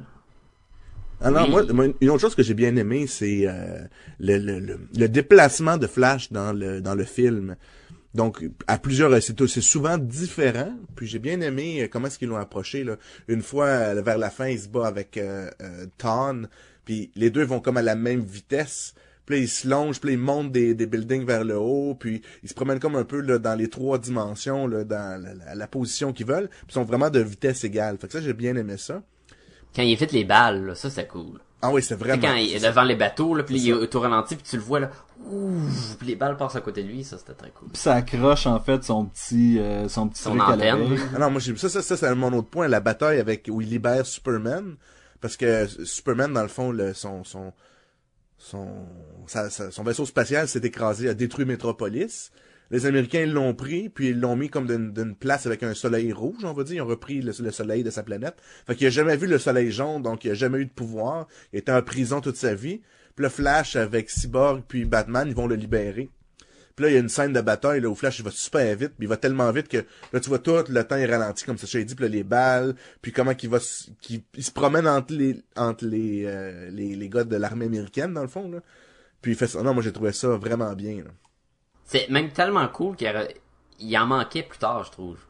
Alors, Oui. moi, moi, une autre chose que j'ai bien aimé, c'est euh, le, le, le, le déplacement de Flash dans le, dans le film. Donc, à plusieurs, c'est, c'est souvent différent. Puis j'ai bien aimé euh, comment est-ce qu'ils l'ont approché. Là. Une fois, euh, vers la fin, il se bat avec euh, euh, Thawne, puis les deux vont comme à la même vitesse. Puis là, ils se longent, puis là, ils montent des, des buildings vers le haut, puis ils se promènent comme un peu là, dans les trois dimensions, là, dans la, la, la position qu'ils veulent. Puis ils sont vraiment de vitesse égale. Fait que ça, j'ai bien aimé ça. Quand il évite les balles, là, ça, c'est cool. Ah oui, c'est Tu sais, vraiment... quand il est devant les bateaux, là, puis C'est il est ça. auto ralenti, puis tu le vois, là, ouh, puis les balles passent à côté de lui, ça, c'était très cool. Puis ça accroche, en fait, son petit, euh, son petit Son truc à antenne. l'oreille. Ah non, moi, j'ai, ça, ça, ça, c'est mon autre point, la bataille avec, où il libère Superman. Parce que Superman, dans le fond, le, son, son, son, sa- sa- son vaisseau spatial s'est écrasé, a détruit Metropolis. Les Américains ils l'ont pris, puis ils l'ont mis comme d'une, d'une place avec un soleil rouge, on va dire. Ils ont repris le, le soleil de sa planète. Fait qu'il a jamais vu le soleil jaune, donc il a jamais eu de pouvoir. Il était en prison toute sa vie. Puis le Flash avec Cyborg puis Batman, ils vont le libérer. Puis là, il y a une scène de bataille là, où Flash il va super vite, puis il va tellement vite que là tu vois tout le temps il ralentit comme ça j'ai dit, puis là les balles, puis comment qu'il va s- qu'il il se promène entre les entre les, euh, les les gars de l'armée américaine dans le fond là. Puis il fait ça. Non, moi j'ai trouvé ça vraiment bien là. C'est même tellement cool qu'il y aurait- il en manquait plus tard, je trouve.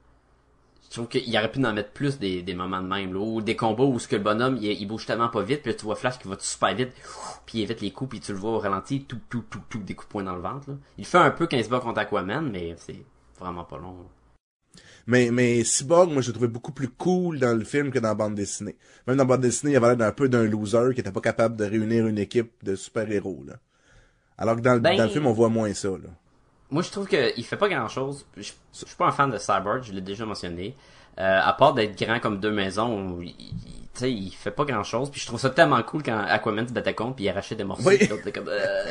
Je trouve qu'il aurait pu en mettre plus des, des moments de même, là, ou des combats où ce que le bonhomme, il, il bouge tellement pas vite, puis là, tu vois Flash qui va super vite, puis il évite les coups, puis tu le vois au ralenti, tout, tout, tout, tout, des coups de poing dans le ventre, là. Il fait un peu quand il se bat contre Aquaman, mais c'est vraiment pas long, là. Mais mais Cyborg, moi je le trouvais beaucoup plus cool dans le film que dans la bande dessinée. Même dans la bande dessinée, il avait l'air d'un peu d'un loser qui était pas capable de réunir une équipe de super-héros là. Alors que dans, le- Ben- dans le film, on voit moins ça là. moi, je trouve qu'il fait pas grand-chose. Je, je suis pas un fan de Cyborg, je l'ai déjà mentionné. Euh, à part d'être grand comme deux maisons, il, il, tu sais, il fait pas grand-chose. Puis je trouve ça tellement cool quand Aquaman se battait contre, puis il arrachait des morceaux. Oui. Puis l'autre était comme... Euh...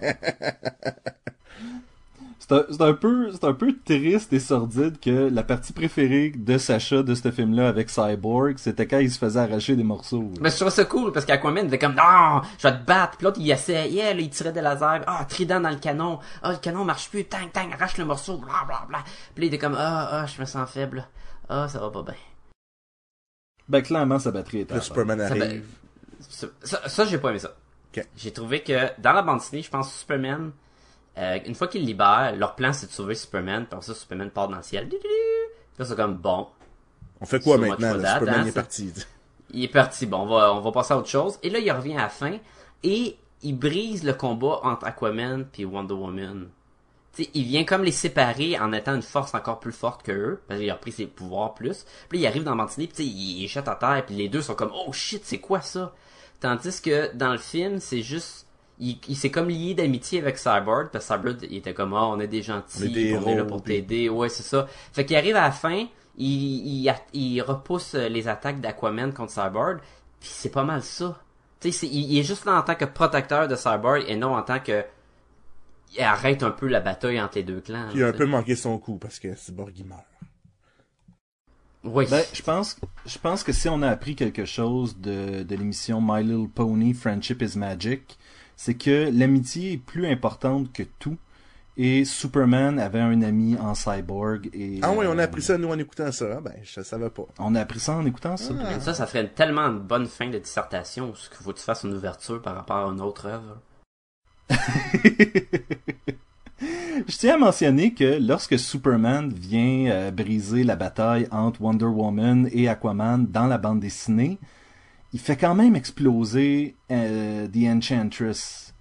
C'est un, c'est un peu, c'est un peu triste et sordide que la partie préférée de Sacha de ce film-là avec Cyborg, c'était quand il se faisait arracher des morceaux. Mais je trouve ça cool parce qu'Aquaman était comme non, je vais te battre. Puis l'autre il essayait, là, il tirait des lasers. Ah, trident dans le canon. Ah, le canon marche plus. Tang, tang, arrache le morceau. Bla bla bla. Puis là, il était comme ah, ah, je me sens faible. Ah, ça va pas bien. Ben clairement sa batterie était. Le Superman Ça, arrive. ça, ça, ça, j'ai pas aimé ça. Ok. J'ai trouvé que dans la bande dessinée, je pense Superman, euh, une fois qu'il libère, leur plan c'est de sauver Superman. Puis après ça, Superman part dans le ciel. Là, c'est comme bon. On fait quoi So maintenant? much Là? for that, Superman hein, il est ça- parti. Il est parti. Bon, on va, on va passer à autre chose. Et là, il revient à la fin et il brise le combat entre Aquaman puis Wonder Woman. Tu sais, il vient comme les séparer en étant une force encore plus forte que eux, parce qu'il a repris ses pouvoirs plus. Puis là, il arrive dans Mantinée, puis tu sais, il, il jette à terre, puis les deux sont comme oh shit, c'est quoi ça? Tandis que dans le film, c'est juste il, il s'est comme lié d'amitié avec Cyborg, parce que Cyborg il était comme oh, on est des gentils, On est des on est là héros, pour puis- t'aider. Ouais, c'est ça. Fait qu'il arrive à la fin, il, il, il repousse les attaques d'Aquaman contre Cyborg, puis c'est pas mal ça. Tu sais, c'est- il, il est juste là en tant que protecteur de Cyborg et non en tant que il arrête un peu la bataille entre les deux clans. Puis il a un tu peu sais. manqué son coup parce que Cyborg il meurt. Oui. Ben, je pense, je pense que si on a appris quelque chose de, de l'émission My Little Pony, Friendship is Magic, c'est que l'amitié est plus importante que tout. Et Superman avait un ami en Cyborg. Et, Ah oui, on a euh, appris ça nous en écoutant ça. Ah, ben, je savais pas. On a appris ça en écoutant ça. Ah. Ça, ça ferait tellement une bonne fin de dissertation, parce qu'il faut que tu fasses une ouverture par rapport à une autre œuvre. Je tiens à mentionner que lorsque Superman vient euh, briser la bataille entre Wonder Woman et Aquaman dans la bande dessinée, il fait quand même exploser euh, The Enchantress.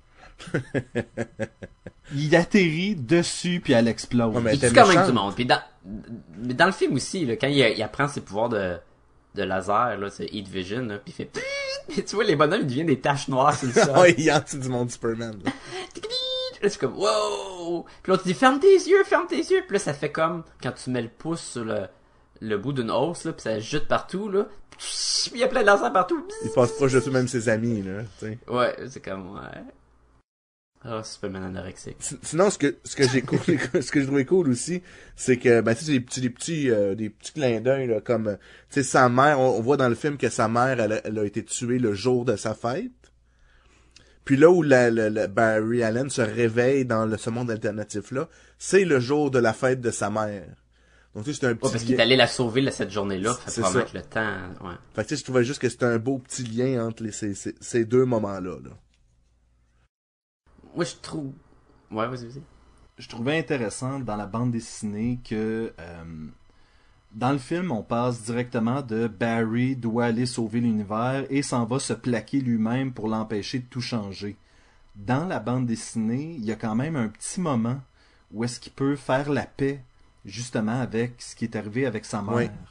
Il atterrit dessus puis elle explose. Ouais, mais- Il elle tue était quand même méchante. du monde. Puis dans, mais dans le film aussi, là, quand il, il apprend ses pouvoirs de, de laser, là, c'est Heat Vision, là, puis il fait... Puis tu vois, les bonhommes, ils deviennent des taches noires sur le sol. Ouais, il est anti du monde Superman. là. Là, c'est comme, wow! Puis l'autre dit, ferme tes yeux, ferme tes yeux! Puis là, ça fait comme quand tu mets le pouce sur le, le bout d'une hausse, là, puis ça jute partout, là. Puis il y a plein de laser partout. Il passe proche de tout, même ses amis, là. Tu sais. Ouais, c'est comme, ouais. Ah, Superman anorexique. S- Sinon, ce que ce que j'ai cool, ce que je trouvais cool aussi, c'est que ben tu sais des petits des petits euh, des petits clins d'œil là, comme euh, tu sais sa mère, on, on voit dans le film que sa mère elle a, elle a été tuée le jour de sa fête. Puis là où la, la- la- Barry Allen se réveille dans le, ce monde alternatif là, c'est le jour de la fête de sa mère. Donc tu sais c'est un petit Ouais, parce qu'il est lien. allé la sauver là, cette journée-là. Fait C'est probablement ça. que le temps, ouais. Fait que tu sais je trouvais juste que c'était un beau petit lien entre les, ces, ces, ces deux moments là. là. Moi, je trouve... Ouais, vas-y, vas-y. Je trouvais intéressant dans la bande dessinée que euh, dans le film, on passe directement de Barry doit aller sauver l'univers et s'en va se plaquer lui-même pour l'empêcher de tout changer. Dans la bande dessinée, il y a quand même un petit moment où est-ce qu'il peut faire la paix justement avec ce qui est arrivé avec sa mère. Oui.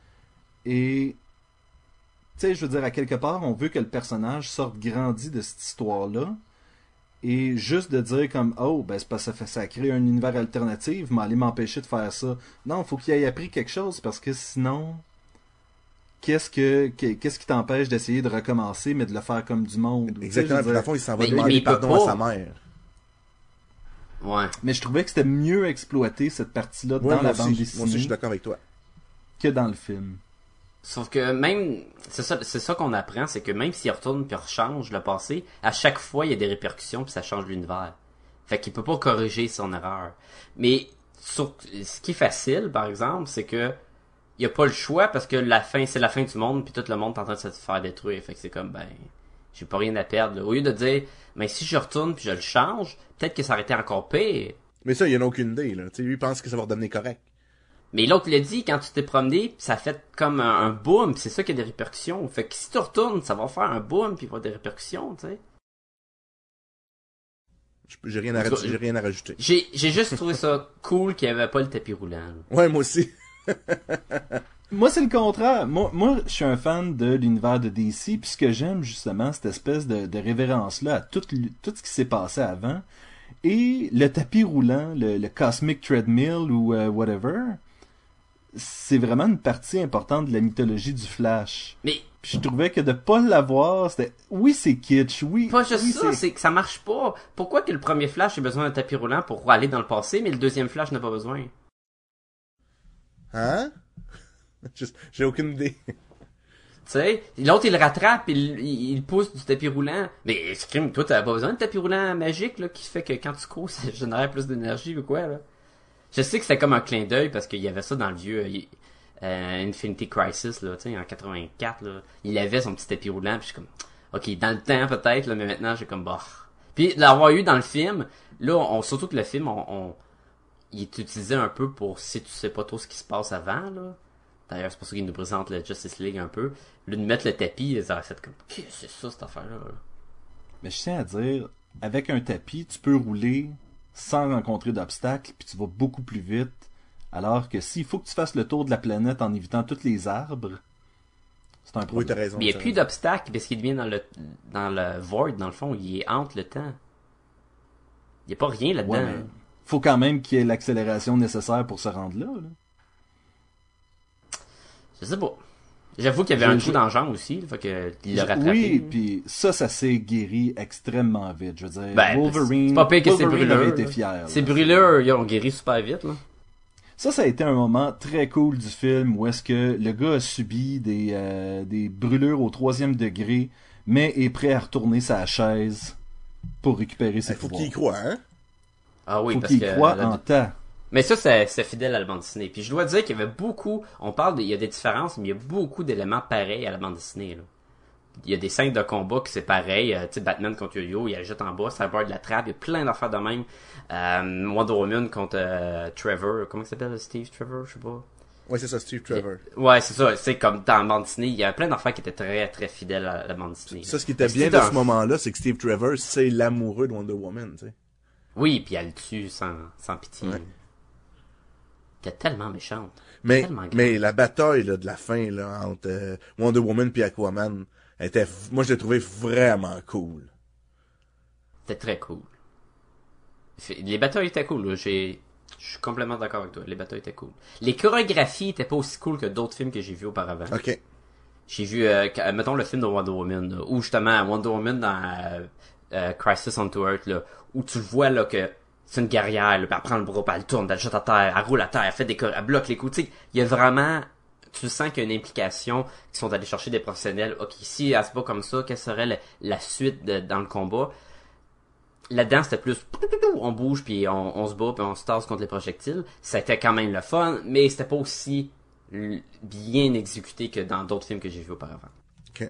Et tu sais, je veux dire, à quelque part, on veut que le personnage sorte grandi de cette histoire-là. Et juste de dire comme oh ben c'est parce que ça fait ça crée un univers alternatif, mais aller m'empêcher de faire ça. Non, faut qu'il ait appris quelque chose parce que sinon qu'est-ce que que- qu'est-ce qui t'empêche d'essayer de recommencer mais de le faire comme du monde. Tu sais, Exactement. je Puis veux dans le dire, fond il s'en va Mais- demander mais il peut pardon pas. à sa mère. Ouais. mais je trouvais que c'était mieux exploité cette partie-là Ouais, dans moi la bande aussi, moi aussi dessinée je suis d'accord avec toi. que dans le film. Sauf que même, c'est ça, c'est ça qu'on apprend, c'est que même s'il retourne puis rechange le passé, à chaque fois il y a des répercussions puis ça change l'univers. Fait qu'il peut pas corriger son erreur. Mais sur, ce qui est facile, par exemple, c'est que il y a pas le choix parce que la fin, c'est la fin du monde puis tout le monde est en train de se faire détruire. Fait que c'est comme ben, j'ai pas rien à perdre. Là. Au lieu de dire, mais si je retourne puis je le change, peut-être que ça aurait été encore pire. Mais ça il en a aucune idée là. Tu sais lui il pense que ça va redevenir correct. Mais l'autre l'a dit, quand tu t'es promené, pis ça fait comme un, un boom, pis c'est ça qui a des répercussions. Fait que si tu retournes, ça va faire un boom, puis il va y avoir des répercussions, tu sais. Je- J'ai rien à En tout cas, raj- j'ai rien à rajouter. J'ai, j'ai juste trouvé ça cool qu'il n'y avait pas le tapis roulant. là. Ouais moi aussi. Moi, c'est le contraire. Moi, moi, je suis un fan de l'univers de D C, puis ce que j'aime, justement, cette espèce de, de révérence-là à tout, l- tout ce qui s'est passé avant. Et le tapis roulant, le, le Cosmic Treadmill ou euh, whatever, c'est vraiment une partie importante de la mythologie du Flash. Mais Puis je trouvais que de pas l'avoir, c'était... Oui, c'est kitsch, oui... pas juste oui, ça, c'est que ça marche pas. Pourquoi que le premier Flash a besoin d'un tapis roulant pour aller dans le passé, mais le deuxième Flash n'a pas besoin? Hein? Juste, j'ai aucune idée. Tu sais, l'autre il le rattrape, il, il, il pousse du tapis roulant. Mais crime, toi t'as pas besoin de tapis roulant magique là qui fait que quand tu cours ça génère plus d'énergie ou quoi là. Je sais que c'était comme un clin d'œil parce qu'il y avait ça dans le vieux euh, Infinity Crisis là, tu sais en quatre-vingt-quatre là, il avait son petit tapis roulant puis je suis comme OK, dans le temps peut-être là, mais maintenant j'ai comme bah. Puis l'avoir eu dans le film, là on surtout que le film on, on il est utilisé un peu pour si tu sais pas trop ce qui se passe avant là. D'ailleurs, c'est pour ça qu'il nous présente le Justice League un peu. Là, de mettre le tapis, ils auraient fait comme, qu'est-ce que c'est ça, cette affaire-là? Mais je tiens à dire, avec un tapis, tu peux rouler sans rencontrer d'obstacles, puis tu vas beaucoup plus vite. Alors que s'il faut que tu fasses le tour de la planète en évitant tous les arbres, c'est un problème. Oui, t'as raison. Mais il n'y a t'as plus raison. d'obstacles parce qu'il devient dans le, dans le void, dans le fond. Il est entre le temps. Il n'y a pas rien là-dedans. Ouais, mais faut quand même qu'il y ait l'accélération nécessaire pour se rendre là, là. Je sais pas. J'avoue qu'il y avait Je- un je- trou dans la jambe aussi, là, fait que il l'a rattrapé. Oui, puis ça, ça s'est guéri extrêmement vite. Je veux dire, Ben, Wolverine, c'est pas pire que ces Wolverine brûleurs. avait été là. fier. Ces là. brûleurs, ils ont guéri super vite, là. Ça, ça a été un moment très cool du film où est-ce que le gars a subi des, euh, des brûlures au troisième degré, mais est prêt à retourner sa chaise pour récupérer ses Il faut pouvoirs. qu'il y croit, hein? Ah oui, Faut parce qu'il que... croit la- en temps. Mais ça, c'est, c'est fidèle à la bande dessinée. Puis je dois dire qu'il y avait beaucoup... On parle, de, il y a des différences, mais il y a beaucoup d'éléments pareils à la bande dessinée, là. Il y a des scènes de combat que c'est pareil. Euh, tu sais, Batman contre Yo-Yo, il la jette en bas, ça bord de la trappe. Il y a plein d'affaires de même. Euh, Wonder Woman contre euh, Trevor. Comment il s'appelle, Steve Trevor? Je sais pas. Ouais, c'est ça, Steve Trevor. Ouais, c'est ça. C'est comme dans la bande dessinée, il y a plein d'affaires qui étaient très, très fidèles à la bande dessinée. Ça, ce qui était Fait que bien c'est de un- ce moment-là, c'est que Steve Trevor, c'est l'amoureux de Wonder Woman, tu sais. Oui, puis elle le tue sans, sans pitié. Ouais. Elle était tellement méchante. Mais, Tellement grave. mais la bataille là, de la fin là, entre euh, Wonder Woman et Aquaman, elle était, moi je l'ai trouvé vraiment cool. C'était très cool. Fait- Les batailles étaient cool, là. J'ai... Je suis complètement d'accord avec toi. Les batailles étaient cool. Les chorégraphies étaient pas aussi cool que d'autres films que j'ai vus auparavant. Ok. J'ai vu, euh, qu- mettons le film de Wonder Woman, là, ou justement Wonder Woman dans euh, euh, Crisis on Earth, là, où tu le vois là que c'est une guerrière, là, puis elle prend le bras, puis elle tourne, elle le jette à terre, elle roule à terre, elle fait des chor- elle bloque les coups. Tu sais, il y a vraiment, tu sens qu'il y a une implication, qu'ils sont allés chercher des professionnels. Ok, si elle se bat comme ça, quelle serait la, la suite de- dans le combat? Là-dedans, c'était plus on bouge puis on, on se bat puis on se tasse contre les projectiles. C'était quand même le fun, mais c'était pas aussi l- bien exécuté que dans d'autres films que j'ai vus auparavant. Ok.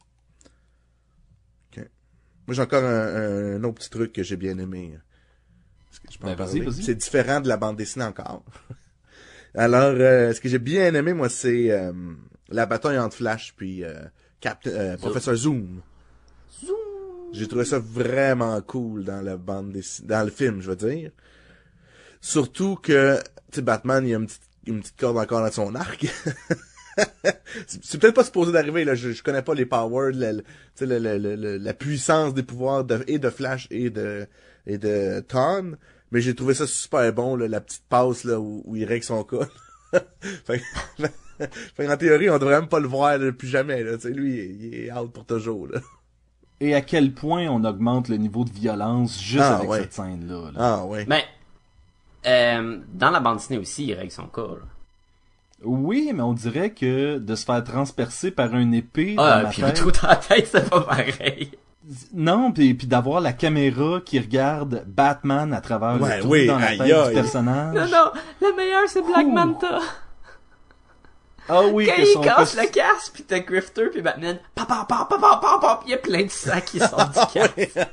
Ok. Moi j'ai encore un, un autre petit truc que j'ai bien aimé. Est-ce que je peux en Ben, vas-y, parler? vas-y. C'est différent de la bande dessinée encore. Alors, euh, ce que j'ai bien aimé, moi, c'est euh, la bataille entre Flash puis euh, Cap- euh, Professeur Zoom. J'ai trouvé ça vraiment cool dans la bande dessinée, dans le film, je veux dire. Surtout que, tu sais, Batman, il a une petite, une petite corde encore dans son arc. c'est c'est peut-être pas supposé d'arriver, là. Je, je connais pas les powers, la, la, tu sais, la, la, la, la puissance des pouvoirs de, et de Flash et de, et de Thawne. Mais j'ai trouvé ça super bon, là, la petite passe, là, où, où il règle son cas. fait, que- fait qu'en théorie, on devrait même pas le voir, là, plus jamais, là. Tu sais, lui, il, il est out pour toujours, là. Et à quel point on augmente le niveau de violence juste Ah, avec ouais. cette scène-là. là. Ah, ouais. Mais euh, dans la bande dessinée aussi, il règle son cas. Là. Oui, mais on dirait que de se faire transpercer par une épée dans Ah, la puis le tête... trou dans la tête, c'est pas pareil. Non, puis, puis d'avoir la caméra qui regarde Batman à travers Ouais, le trou oui, dans la aïe, tête aïe. du personnage. Non, non, le meilleur c'est Black Ouh. Manta. Ah oui, Quand que il son casse cost- le casque, pis t'as Grifter, pis Batman, papa, papa, papa, papa, il y a plein de sang qui sortent du casque.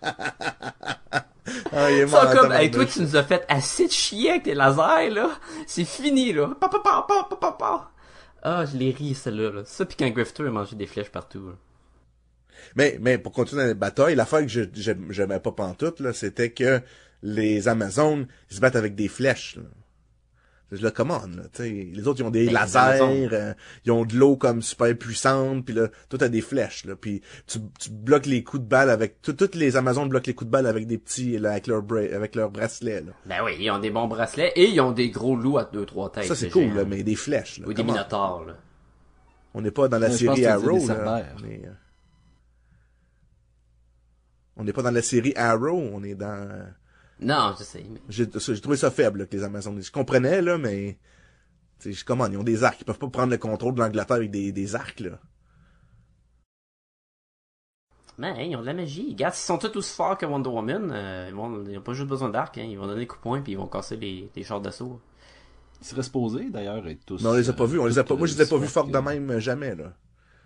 Ah, il est Ils mort sont en comme, hey, tabarnak. toi, tu nous as fait assez de chier avec tes lasers, là. C'est fini, là. Papa, papa, papa, papa. Ah, je l'ai ri, celle-là, là. Ça, pis quand Grifter a mangé des flèches partout, là. Mais, mais pour continuer dans les batailles, l'affaire que je, je, j'aimais pas pantoute, là, c'était que les Amazones, ils se battent avec des flèches, là. Là, come on, là, tu sais. Les autres, ils ont des Ben, lasers, euh, ils ont de l'eau comme super puissante, puis là, toi, t'as des flèches, là, puis tu, tu bloques les coups de balle avec... tout- Toutes les Amazones bloquent les coups de balle avec des petits... Là, avec leurs bra... avec leurs bracelets, là. Ben oui, ils ont des bons bracelets et ils ont des gros loups à deux, trois têtes. Ça, c'est ces cool, géants. là, mais des flèches, là. Ou des come on. minotaures, là. On n'est pas dans la Ouais, je pense série que tu dis Arrow, des là. cerbères. On est, euh, on n'est pas dans la série Arrow, on est dans... euh, Non, je sais. Mais... J'ai, j'ai trouvé ça faible, là, que les Amazones. Je comprenais, là, mais... Tu sais, comment, ils ont des arcs. Ils peuvent pas prendre le contrôle de l'Angleterre avec des, des arcs, là. Ben, hein, ils ont de la magie. Regarde, s'ils sont tous aussi forts que Wonder Woman, euh, ils, vont, ils ont pas juste besoin d'arc, hein. Ils vont donner des coups de poing puis ils vont casser les, les chars d'assaut. Ils seraient supposés, d'ailleurs, être tous... Mais on les a pas euh, vus, on les a pas, toutes, moi, je les ai pas euh, vus forts de que- même, euh, jamais, là.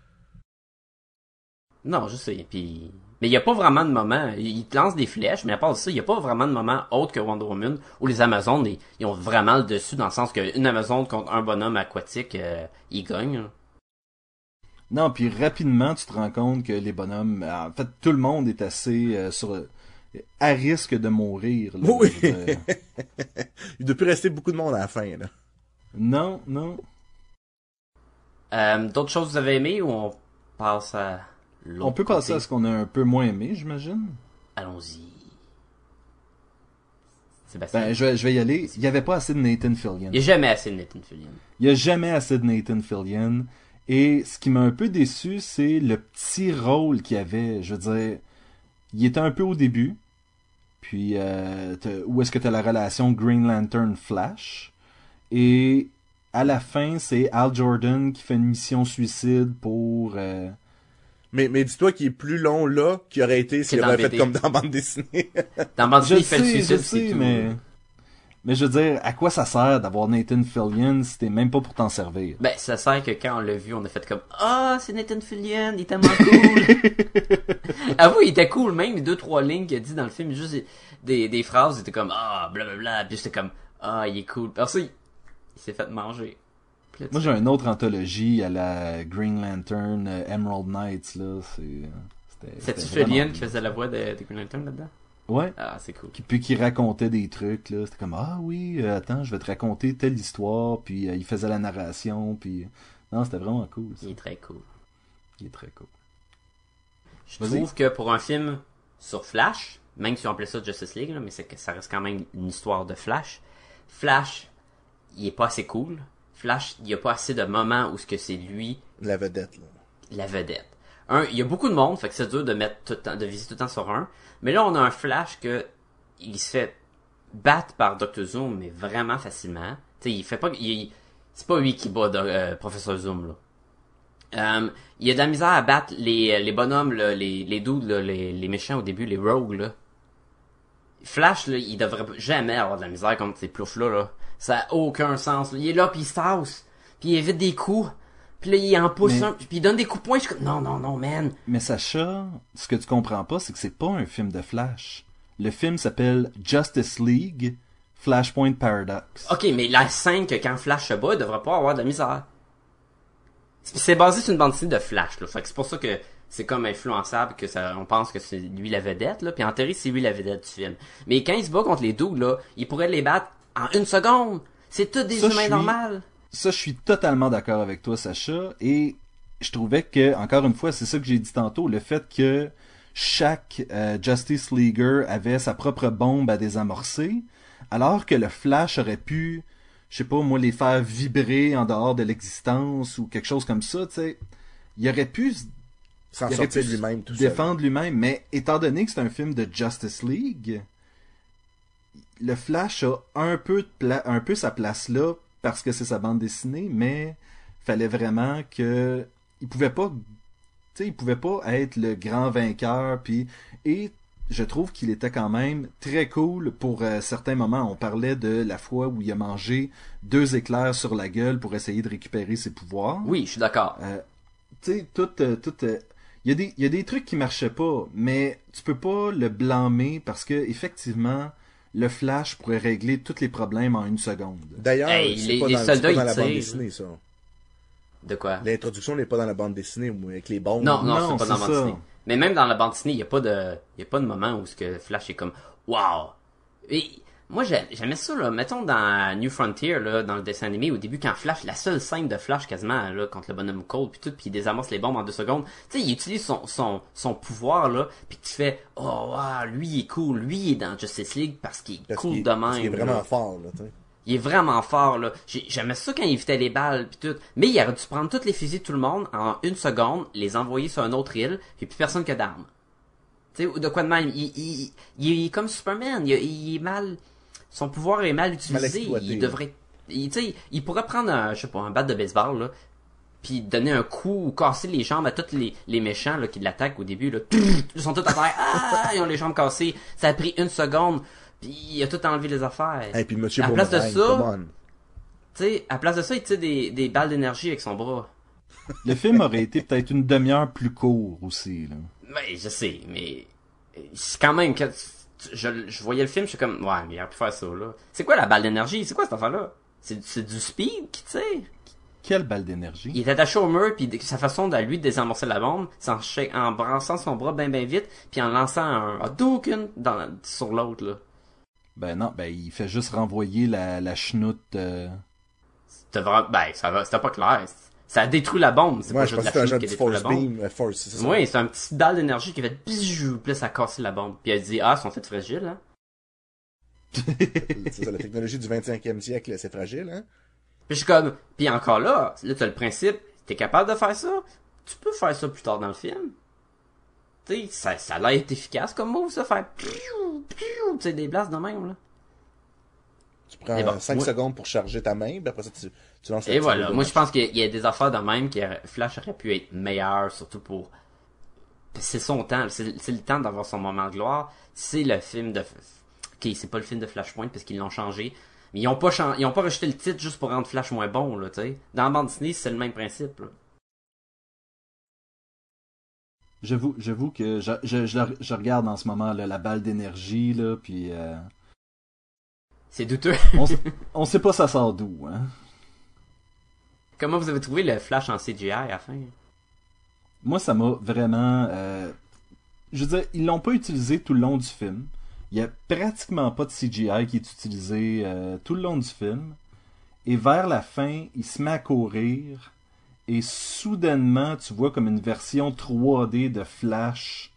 Non, je sais. Puis... Mais il y a pas vraiment de moment. Ils te lancent des flèches, mais à part de ça, il y a pas vraiment de moment autre que Wonder Woman où les Amazones, ils, ils ont vraiment le dessus dans le sens qu'une Amazone contre un bonhomme aquatique, euh, ils gagnent. là. Non, puis rapidement, tu te rends compte que les bonhommes... En fait, tout le monde est assez euh, sur... à risque de mourir. Là, Oui. je veux dire. Il doit plus rester beaucoup de monde à la fin, là. Non, non. Euh, D'autres choses que vous avez aimées ou on passe à l'autre On peut côté? passer à ce qu'on a un peu moins aimé, j'imagine. Allons-y. Sébastien. Ben, je vais, je vais y aller. Il n'y avait pas assez de Nathan Fillion. Il n'y a jamais assez de Nathan Fillion. Il n'y a jamais assez de Nathan Fillion. Et ce qui m'a un peu déçu, c'est le petit rôle qu'il avait. Je veux dire, il était un peu au début. Puis, euh, t'as- où est-ce que tu as la relation Green Lantern-Flash? Et à la fin, c'est Hal Jordan qui fait une mission suicide pour... euh, Mais, mais dis-toi qu'il est plus long, là, qu'il aurait été s'il dans aurait le fait B D. comme dans bande dessinée. Dans Bande Je dessinée, il fait le sais, je suicide, c'est sais, tout. mais... Mais je veux dire, à quoi ça sert d'avoir Nathan Fillion si t'es même pas pour t'en servir? Ben, ça sert que quand on l'a vu, on a fait comme « Ah, c'est Nathan Fillion, il est tellement cool! » Avoue, il était cool, même les deux, trois lignes qu'il a dit dans le film, juste des, des, des phrases, il était comme « Ah, blablabla », puis j'étais comme « Ah, il est cool. » Alors ça, il, il s'est fait manger. Puis là, Moi, j'ai une autre anthologie à la Green Lantern euh, Emerald Knights, là. C'est... c'était- C'est-tu c'était vraiment Fillion qui cool. faisait la voix de, de Green Lantern là-dedans? Ouais. Ah, c'est cool. Qui- Puis qui racontait des trucs, là. C'était comme, ah oui, euh, attends, je vais te raconter telle histoire. Puis euh, il faisait la narration. Puis... Non, c'était vraiment cool. Ça. Il est très cool. Il est très cool. Je Vas-y. trouve que pour un film sur Flash, même si on appelait ça Justice League, là, mais c'est que ça reste quand même une histoire de Flash. Flash, il est pas assez cool. Flash, il y a pas assez de moments où ce que c'est lui La vedette, là. la vedette. Un, il y a beaucoup de monde, fait que c'est dur de mettre tout le temps, de viser tout le temps sur un. Mais là, on a un Flash que il se fait battre par docteur Zoom, mais vraiment facilement. Tu sais, il fait pas, il, c'est pas lui qui bat euh, Professeur Zoom là. Euh, il y a de la misère à battre les, les bonhommes, là, les, les dudes, là, les, les méchants au début, les rogues, là. Flash, là, il devrait jamais avoir de la misère contre ces ploufs-là, là. Ça a aucun sens, là. Il est là, puis il se tasse, puis il évite des coups, puis là, il en pousse Mais- un, puis il donne des coups de poing, je suis comme, non, non, non, man. Mais Sacha, ce que tu comprends pas, c'est que c'est pas un film de Flash. Le film s'appelle Justice League Flashpoint Paradox. Ok, mais la scène que quand Flash se bat, il devrait pas avoir de la misère. C'est c'est basé sur une bande dessinée de Flash, là. Fait que c'est pour ça que c'est comme influençable, que ça, on pense que c'est lui la vedette, là. Puis en théorie, c'est lui la vedette du film. Mais quand il se bat contre les dudes, là, il pourrait les battre en une seconde. C'est tous des Ça, je humains suis- normaux. Ça, je suis totalement d'accord avec toi, Sacha. Et je trouvais que, encore une fois, c'est ça que j'ai dit tantôt, le fait que chaque euh, Justice Leaguer avait sa propre bombe à désamorcer, alors que le Flash aurait pu, je sais pas moi, les faire vibrer en dehors de l'existence ou quelque chose comme ça, tu sais. Il aurait pu s- S'en il aurait sortir pu lui-même, tout seul. défendre lui-même, mais étant donné que c'est un film de Justice League, le Flash a un peu, de pla- un peu sa place là parce que c'est sa bande dessinée, mais fallait vraiment que il pouvait pas, tu sais, il pouvait pas être le grand vainqueur, puis et je trouve qu'il était quand même très cool pour euh, certains moments. On parlait de la fois où il a mangé deux éclairs sur la gueule pour essayer de récupérer ses pouvoirs. Oui, je suis d'accord. Euh, tu sais, tout, euh, tout, euh, il y a des, il y a des trucs qui marchaient pas, mais tu peux pas le blâmer parce que effectivement, le Flash pourrait régler tous les problèmes en une seconde. D'ailleurs, Hey, c'est les- pas les dans, c'est soldats, pas dans ils la bande tirent. dessinée, ça. De quoi? L'introduction n'est pas dans la bande dessinée, ou avec les bombes. Non, non, Non, c'est pas dans la c'est bande ça. dessinée. Mais même dans la bande dessinée, il y a pas de, il y a pas de moment où ce que Flash est comme, wow. Et Moi, j'ai- j'aimais ça, là. Mettons, dans New Frontier, là, dans le dessin animé, au début, quand Flash, la seule scène de Flash, quasiment, là, contre le bonhomme Cold, puis tout, puis il désamorce les bombes en deux secondes. Tu sais, il utilise son, son, son pouvoir, là, puis tu fais, oh, wow, lui, il est cool. Lui, il est dans Justice League parce qu'il est Parce cool qu'il- de même. parce qu'il est vraiment là. fort, là, tu sais. Il est vraiment fort, là. J'ai- J'aimais ça quand il évitait les balles pis tout. Mais il aurait dû prendre tous les fusils de tout le monde en une seconde, les envoyer sur une autre île, puis plus personne que d'armes. Tu sais, ou de quoi de même. Il, il, il est comme Superman. Il, il est mal... Son pouvoir est mal utilisé. Mal exploité. Il devrait... Il, tu sais, il pourrait prendre un, je sais pas, un bat de baseball, là, puis donner un coup ou casser les jambes à tous les, les méchants là, qui l'attaquent au début. Là. Ils sont tous à terre. Ah! Ils ont les jambes cassées. Ça a pris une seconde. Puis il a tout enlevé les affaires. Et puis Monsieur À la place de Boomerang, ça- come on. Tu sais, à place de ça, il tire des, des balles d'énergie avec son bras. Le film aurait été peut-être une demi-heure plus court aussi, là. Ben, je sais, mais c'est quand même que je, je voyais le film, je suis comme, ouais, mais il aurait pu faire ça, là. C'est quoi la balle d'énergie? C'est quoi cette affaire-là? C'est, c'est du speed qui tire? Quelle balle d'énergie. Il est attaché au mur, puis sa façon de lui de désamorcer la bombe, c'est en, cha- en brassant son bras bien ben vite, puis en lançant un Hadouken dans sur l'autre, là. Ben non, ben il fait juste renvoyer la, la chenoute... euh, C'était vraiment, ben, ça va, c'était pas clair. Ça a détruit la bombe, c'est Moi, pas je juste pensais la que c'était un chute genre qui a de détruit la force bombe. beam, euh, force, c'est ça. Oui, c'est un petit dalle d'énergie qui fait bijou, puis là, ça a cassé la bombe. Puis elle dit, ah, ils sont faits fragiles, hein. C'est ça, la technologie du vingt-cinquième siècle, c'est fragile, hein? Puis je suis comme, puis encore là, là t'as le principe, t'es capable de faire ça, tu peux faire ça plus tard dans le film. Tu sais, ça, ça a l'air d'être efficace comme move, ça, faire piou, piou, tu sais, des blasts de même, là. Tu prends Mais bon, cinq moi- secondes pour charger ta main, puis après ça, tu, tu lances la Et petite voilà, boule de moi je match. pense qu'il y a des affaires de même qui auraient- Flash aurait pu être meilleur, surtout pour... C'est son temps, c'est c'est le temps d'avoir son moment de gloire. C'est le film de... Ok, c'est pas le film de Flashpoint parce qu'ils l'ont changé. Mais ils ont pas chan- ils ont pas rejeté le titre juste pour rendre Flash moins bon, là, tu sais. Dans la bande Disney, c'est le même principe, là. J'avoue, j'avoue que je, je, je, je regarde en ce moment là, la balle d'énergie, là, puis euh, C'est douteux. on, s- on sait pas ça sort d'où, hein. Comment vous avez trouvé le Flash en C G I à la fin? Moi, ça m'a vraiment... euh, je veux dire, ils l'ont pas utilisé tout le long du film. Il y a pratiquement pas de C G I qui est utilisé euh, tout le long du film. Et vers la fin, il se met à courir. Et soudainement, tu vois comme une version trois D de Flash.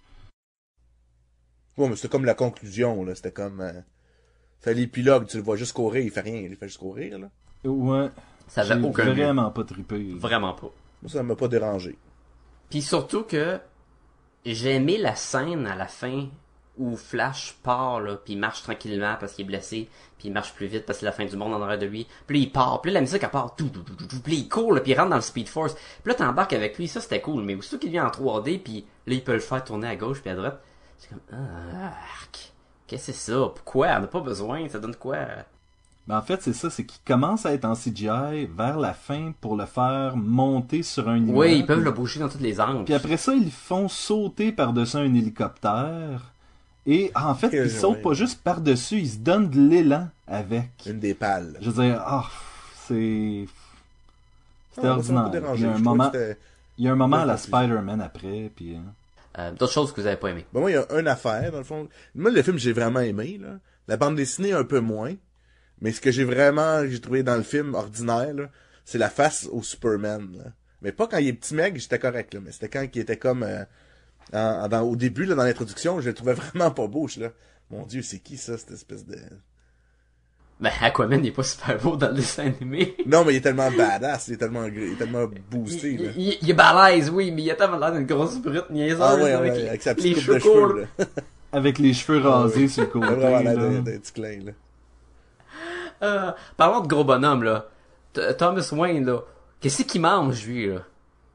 Ouais, mais c'était comme la conclusion, là. C'était comme... Euh... C'est l'épilogue, tu le vois juste courir, il fait rien, il fait juste courir, là. Ouais, Ça avait j'ai aucun lieu. vraiment pas trippé. Vraiment pas. Moi, ça m'a pas dérangé. Puis surtout que j'ai aimé la scène à la fin où Flash part, là, puis il marche tranquillement parce qu'il est blessé, puis il marche plus vite parce que c'est la fin du monde en arrière de lui. Puis là, il part, puis là, la musique, elle part, tout, tout, tout, tout, tout, puis là, il court, là, puis il rentre dans le Speed Force. Puis là, t'embarques avec lui, ça, c'était cool. Mais aussitôt qu'il vient en trois D, puis là, il peut le faire tourner à gauche puis à droite. C'est comme, ah, arc. Qu'est-ce que c'est ça? Pourquoi? On n'a pas besoin, ça donne quoi? Ben, en fait, c'est ça, c'est qu'il commence à être en C G I vers la fin pour le faire monter sur un immeuble. Oui, ils peuvent le bouger dans toutes les angles. Puis après ça, ils le font sauter par-dessus un hélicoptère. Et en fait, Quel ils sautent joie. pas juste par-dessus, ils se donnent de l'élan avec. Une des pales. Je veux dire, ah, c'est... C'était Ah, ça m'a ordinaire. pas dérangé. Il y a un Je trouvais moment, que c'était- il y a un moment à la bien confus. Spider-Man après, puis... hein. Euh, d'autres choses que vous avez pas aimé. Ben, moi, il y a une affaire, dans le fond. Moi, le film, j'ai vraiment aimé, là. La bande dessinée, un peu moins. Mais ce que j'ai vraiment, j'ai trouvé dans le film ordinaire, là, c'est la face au Superman, là. Mais pas quand il est petit mec, j'étais correct, là. Mais c'était quand il était comme, euh, en- dans- au début, là, dans l'introduction, je le trouvais vraiment pas beau, je suis là. Mon Dieu, c'est qui ça, cette espèce de... Ben, Aquaman n'est pas super beau dans le dessin animé. Non, mais il est tellement badass, il est tellement, gr- il est tellement boosté, Il, là. il- il est balèze, oui, mais il a tellement l'air d'une grosse brute niaiseuse Ah ouais, avec ouais, les, avec sa les petite coupe cheveux de courts. cheveux, là. Avec les cheveux rasés sur le Il a côté. vraiment l'air là. d'un d'un petit clin, là. Euh, parlons de gros bonhomme, là. T- Thomas Wayne, là. Qu'est-ce qu'il mange, lui, là?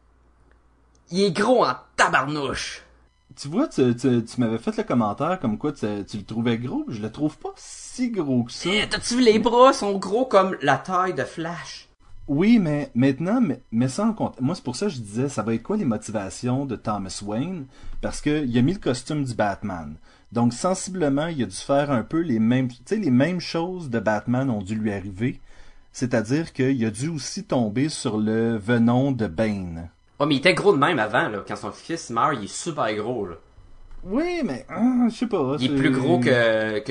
Il est gros en tabarnouche. Tu vois, tu, tu, tu m'avais fait le commentaire comme quoi tu, tu le trouvais gros, je le trouve pas si gros que ça. Eh, T'as-tu vu, les bras sont gros comme la taille de Flash. Oui, mais maintenant, mais, mais sans compte. Moi, c'est pour ça que je disais, ça va être quoi les motivations de Thomas Wayne? Parce que il a mis le costume du Batman. Donc, sensiblement, il a dû faire un peu les mêmes, tu sais, les mêmes choses de Batman ont dû lui arriver. C'est-à-dire qu'il a dû aussi tomber sur le venon de Bane. Ouais, mais il était gros de même avant, là. Quand son fils meurt, il est super gros, là. Oui, mais, ah, je sais pas. Il est c'est- plus gros que, que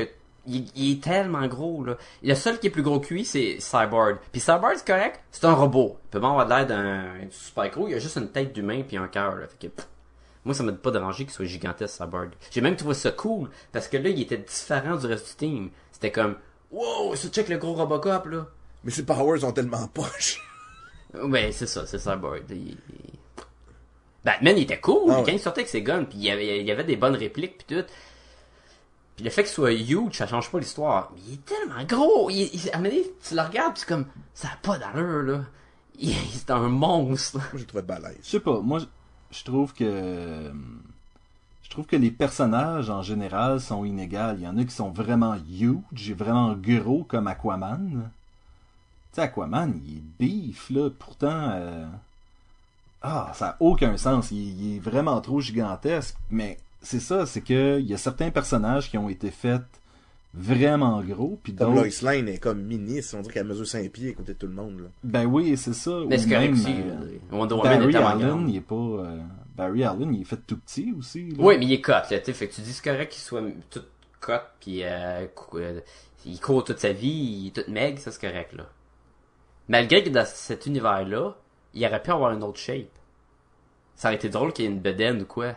Il, il est tellement gros, là. Le seul qui est plus gros que lui, c'est Cyborg. Puis Cyborg, c'est correct, c'est un robot. Il peut même avoir l'air d'un super gros, il a juste une tête d'humain puis un cœur, là. Fait que, pff, moi, ça m'a pas dérangé qu'il soit gigantesque, Cyborg. J'ai même trouvé ça cool, parce que là, il était différent du reste du team. C'était comme, wow, ça check le gros Robocop, là. Mais ses powers sont tellement poches. Ouais, c'est ça, c'est Cyborg. Il, il... Batman, il était cool, ah, quand ouais. il sortait avec ses guns, puis il y avait, il y avait des bonnes répliques, puis tout. Puis le fait qu'il soit huge, ça change pas l'histoire. Mais il est tellement gros. Il, il, à un moment donné, tu le regardes, pis c'est comme, ça a pas d'allure, là. Il, c'est un monstre. Moi, j'ai trouvé de balèze. Je sais pas, moi, je- je trouve que... Je trouve que les personnages, en général, sont inégaux. Il y en a qui sont vraiment huge, vraiment gros, comme Aquaman. Tu sais, Aquaman, il est beef, là. Pourtant, euh... ah, ça a aucun sens. Il, il est vraiment trop gigantesque. Mais c'est ça, c'est que il y a certains personnages qui ont été faits vraiment gros, puis Comme d'autres... Lois Lane est comme mini, on dirait qu'elle mesure cinq pieds à côté de tout le monde, là. Ben oui, c'est ça. Mais Ou c'est correct même, aussi. euh, là. Wonder Woman est Barry tellement Allen, grande. il est pas... euh, Barry Allen, il est fait tout petit aussi. Là. Oui, mais il est cut, là, tu sais. Fait que tu dis c'est correct qu'il soit tout cut, pis euh, cou- euh, il court toute sa vie, il est tout maigre, ça c'est correct, là. Malgré que dans cet univers-là, il aurait pu avoir une autre shape. Ça aurait été drôle qu'il y ait une bedaine ou quoi.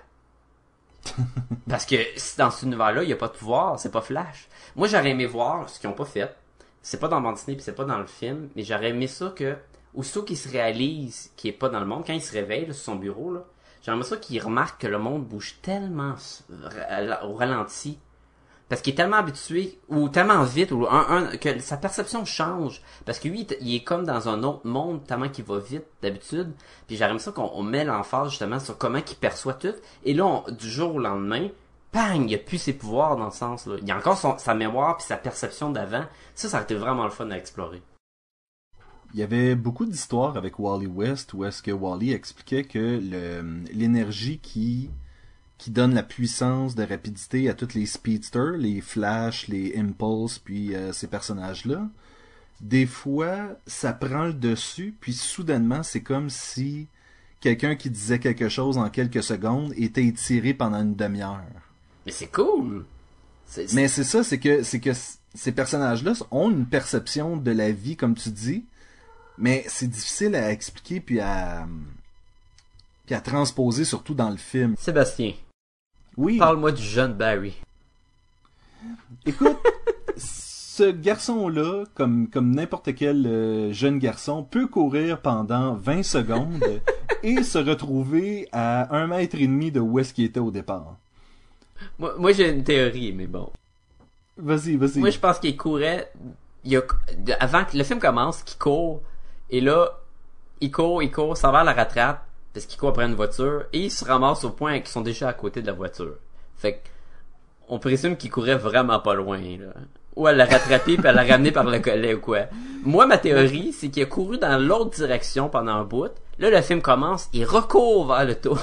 Parce que si dans cet univers-là, il n'y a pas de pouvoir, c'est pas Flash. Moi, j'aurais aimé voir ce qu'ils ont pas fait. C'est pas dans le bande dessinée, puis c'est pas dans le film, mais j'aurais aimé ça que, aussitôt qu'il se réalise qu'il est pas dans le monde, quand il se réveille là, sur son bureau, là, j'aurais aimé ça qu'il remarque que le monde bouge tellement au ralenti. Parce qu'il est tellement habitué, ou tellement vite, ou un, un, que sa perception change. Parce que lui, il est comme dans un autre monde, tellement qu'il va vite, d'habitude. Puis j'aimerais ça qu'on on met l'emphase, justement, sur comment il perçoit tout. Et là, on, du jour au lendemain, bang, il a plus ses pouvoirs, dans le sens, là. Il a encore son, sa mémoire, puis sa perception d'avant. Ça, ça aurait été vraiment le fun à explorer. Il y avait beaucoup d'histoires avec Wally West, où est-ce que Wally expliquait que le, l'énergie qui... qui donne la puissance de rapidité à tous les speedsters, les Flash, les Impulse, puis euh, ces personnages-là. Des fois, ça prend le dessus, puis soudainement, c'est comme si quelqu'un qui disait quelque chose en quelques secondes était étiré pendant une demi-heure. Mais c'est cool! C'est, c'est... Mais c'est ça, c'est que, c'est que c- ces personnages-là ont une perception de la vie, comme tu dis, mais c'est difficile à expliquer puis à, puis à transposer, surtout dans le film. Sébastien, Oui. parle-moi du jeune Barry. Écoute, ce garçon-là, comme, comme n'importe quel euh, jeune garçon, peut courir pendant vingt secondes et se retrouver à un mètre et demi de où est-ce qu'il était au départ. Moi, moi j'ai une théorie, mais bon. Vas-y, vas-y. Moi, je pense qu'il courait, il a, de- avant que le film commence, qu'il court, et là, il court, il court, sa mère la rattrape, parce qu'il court après une voiture, et il se ramasse au point qu'ils sont déjà à côté de la voiture. Fait que, on présume qu'il courait vraiment pas loin, là. Ou elle l'a rattrapé puis elle l'a ramené par le collet ou quoi. Moi, ma théorie, c'est qu'il a couru dans l'autre direction pendant un bout. Là, le film commence, il recourt vers le tour.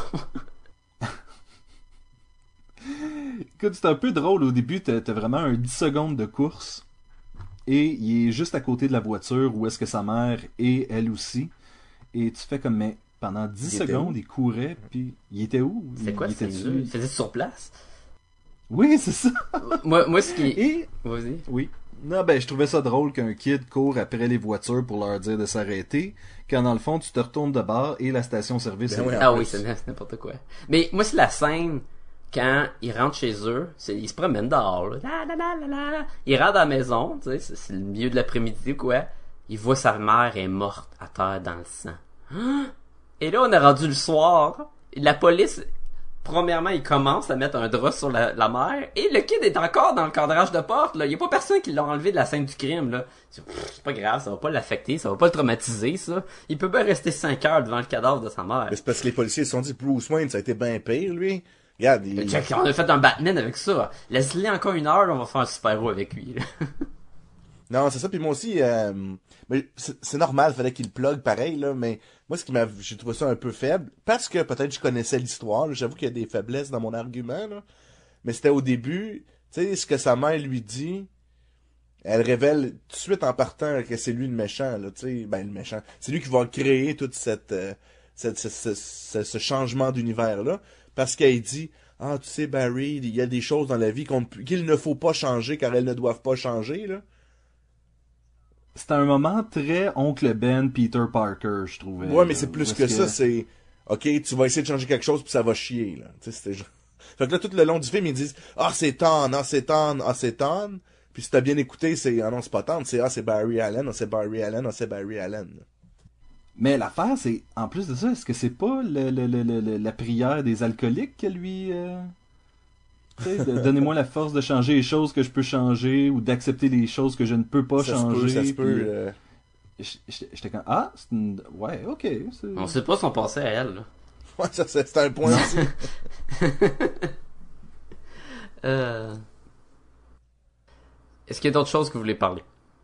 Écoute, c'est un peu drôle. Au début, t'as, t'as vraiment un dix secondes de course. Et il est juste à côté de la voiture où est-ce que sa mère est, elle aussi. Et tu fais comme, mais pendant dix Il était secondes, où? il courait, puis il était où? C'est quoi, il c'est était ça? Il faisait sur place? Oui, c'est ça. moi, moi, ce qui est... Et, Vas-y. oui. Non, ben, je trouvais ça drôle qu'un kid court après les voitures pour leur dire de s'arrêter, quand dans le fond, tu te retournes de bord et la station-service Ben est oui, là. Ah en oui, plus. c'est c'est n'importe quoi. Mais moi, c'est la scène quand ils rentrent chez eux, c'est, ils se promènent dehors, là. La, la, la, la, la. Ils rentrent à la maison, tu sais, c'est, c'est le milieu de l'après-midi ou quoi. Ils voient sa mère est morte à terre dans le sang. Hein? Et là, on est rendu le soir. La police, premièrement, ils commencent à mettre un drap sur la, la mère. Et le kid est encore dans le cadrage de porte, là. Il y a pas personne qui l'a enlevé de la scène du crime, là. C'est, pff, c'est pas grave, ça va pas l'affecter, ça va pas le traumatiser, ça. Il peut bien rester cinq heures devant le cadavre de sa mère. Mais c'est parce que les policiers se sont dit, Bruce Wayne, ça a été bien pire, lui. Regarde, il... Check, on a fait un Batman avec ça. Laisse-le encore une heure, on va faire un super-héros avec lui. Là. Non, c'est ça, puis moi aussi, euh, mais c'est, c'est normal, fallait qu'il plug pareil, là, mais moi, ce qui m'a, j'ai trouvé ça un peu faible, parce que peut-être je connaissais l'histoire, là, j'avoue qu'il y a des faiblesses dans mon argument, là, mais c'était au début, tu sais, ce que sa mère lui dit, elle révèle tout de suite en partant que c'est lui le méchant, là, tu sais, ben, le méchant, c'est lui qui va créer toute cette, euh, cette, ce, ce, ce, ce changement d'univers-là, parce qu'elle dit, ah, tu sais, Barry, il y a des choses dans la vie qu'on, qu'il ne faut pas changer car elles ne doivent pas changer, là. C'était un moment très Oncle Ben, Peter Parker, je trouvais. Ouais, mais là, c'est plus où que, est-ce ça, c'est, ok, tu vas essayer de changer quelque chose puis ça va chier, là. Tu sais, c'était genre... Fait que là, tout le long du film, ils disent, ah, c'est tendre, ah, c'est tendre, ah, c'est tendre. Puis si t'as bien écouté, c'est, ah non, c'est pas tendre, c'est, ah, c'est Barry Allen, ah, c'est Barry Allen, ah, c'est Barry Allen. Mais l'affaire, c'est, en plus de ça, est-ce que c'est pas le, le, le, le- la prière des alcooliques que lui... euh, tu sais, de- donnez-moi la force de changer les choses que je peux changer ou d'accepter les choses que je ne peux pas ça changer. se peut, ça se peut. puis- euh, J- J'étais j'étais comme, ah, c'est une... ouais, ok. c'est- On sait pas son passé à elle, là. Ouais, ça, c'est, c'est un point aussi. Euh... Est-ce qu'il y a d'autres choses que vous voulez parler?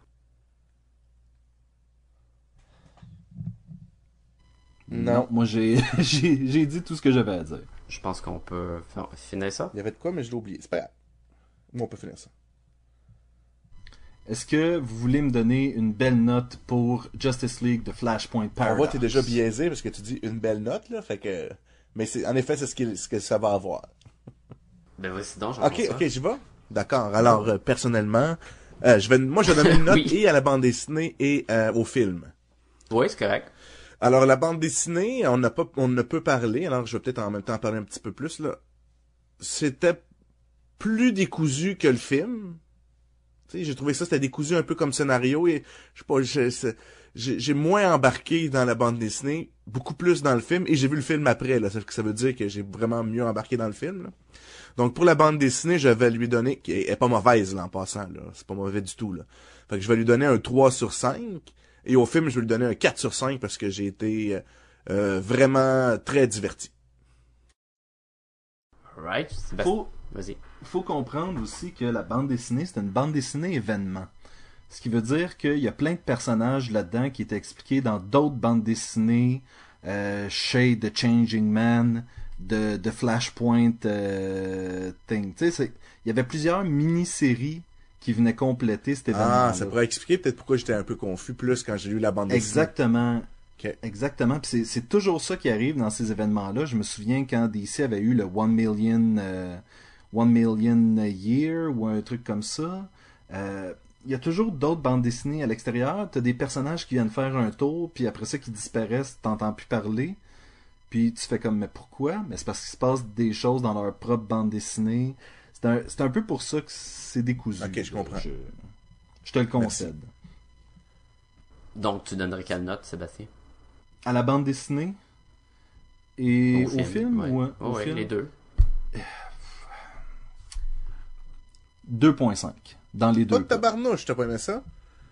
Non. Moi, j'ai j'ai j'ai dit tout ce que j'avais à dire. Je pense qu'on peut faire- finir ça. Il y avait de quoi, mais je l'ai oublié. C'est pas grave. Moi, on peut finir ça. Est-ce que vous voulez me donner une belle note pour Justice League de Flashpoint On Paradox? voit, t'es déjà biaisé parce que tu dis une belle note, là. Fait que. Mais c'est, en effet, c'est ce, qu'il- ce que ça va avoir. Ben voici donc, j'entends Ok, ça. ok, j'y vais. D'accord. Alors, euh, personnellement, euh, je vais, moi, je vais donner une note Oui. et à la bande dessinée et euh, au film. Oui, c'est correct. Alors, la bande dessinée, on n'a pas, on ne peut parler. Alors, je vais peut-être en même temps en parler un petit peu plus, là. C'était plus décousu que le film. Tu sais, j'ai trouvé ça, c'était décousu un peu comme scénario et, je sais pas, je- c'est- j'ai j'ai moins embarqué dans la bande dessinée, beaucoup plus dans le film, et j'ai vu le film après, là. Ça, ça veut dire que j'ai vraiment mieux embarqué dans le film, là. Donc, pour la bande dessinée, je vais lui donner, qui est, est pas mauvaise, là, en passant, là. C'est pas mauvais du tout, là. Fait que je vais lui donner un trois sur cinq. Et au film, je vais lui donner un quatre sur cinq parce que j'ai été, euh, euh, vraiment très diverti. Right. Sébastien, Faut, vas-y. faut comprendre aussi que la bande dessinée, c'est une bande dessinée événement. Ce qui veut dire qu'il y a plein de personnages là-dedans qui étaient expliqués dans d'autres bandes dessinées, euh, Shade, The Changing Man, de, de Flashpoint euh, Thing. Tu sais, c'est- il y avait plusieurs mini-séries qui venaient compléter cet événement. Ah, ça pourrait expliquer peut-être pourquoi j'étais un peu confus plus quand j'ai lu la bande dessinée. Exactement. Ok. Exactement. Puis c'est, c'est toujours ça qui arrive dans ces événements-là. Je me souviens quand D C avait eu le One Million, euh, One Million Year ou un truc comme ça. Euh, il y a toujours d'autres bandes dessinées à l'extérieur. T'as des personnages qui viennent faire un tour, puis après ça qui disparaissent, t'entends plus parler. Puis tu fais comme, mais pourquoi? Mais c'est parce qu'il se passe des choses dans leur propre bande dessinée. C'est un, c'est un peu pour ça que c'est décousu. Ok, je comprends. Je, je te le concède. Donc, tu donnerais quelle note, Sébastien? À la bande dessinée et au, film, ouais. ou, euh, Oh, au ouais, film? les deux. deux virgule cinq dans les Pas deux de cas. tabarnouche, t'as pas aimé ça?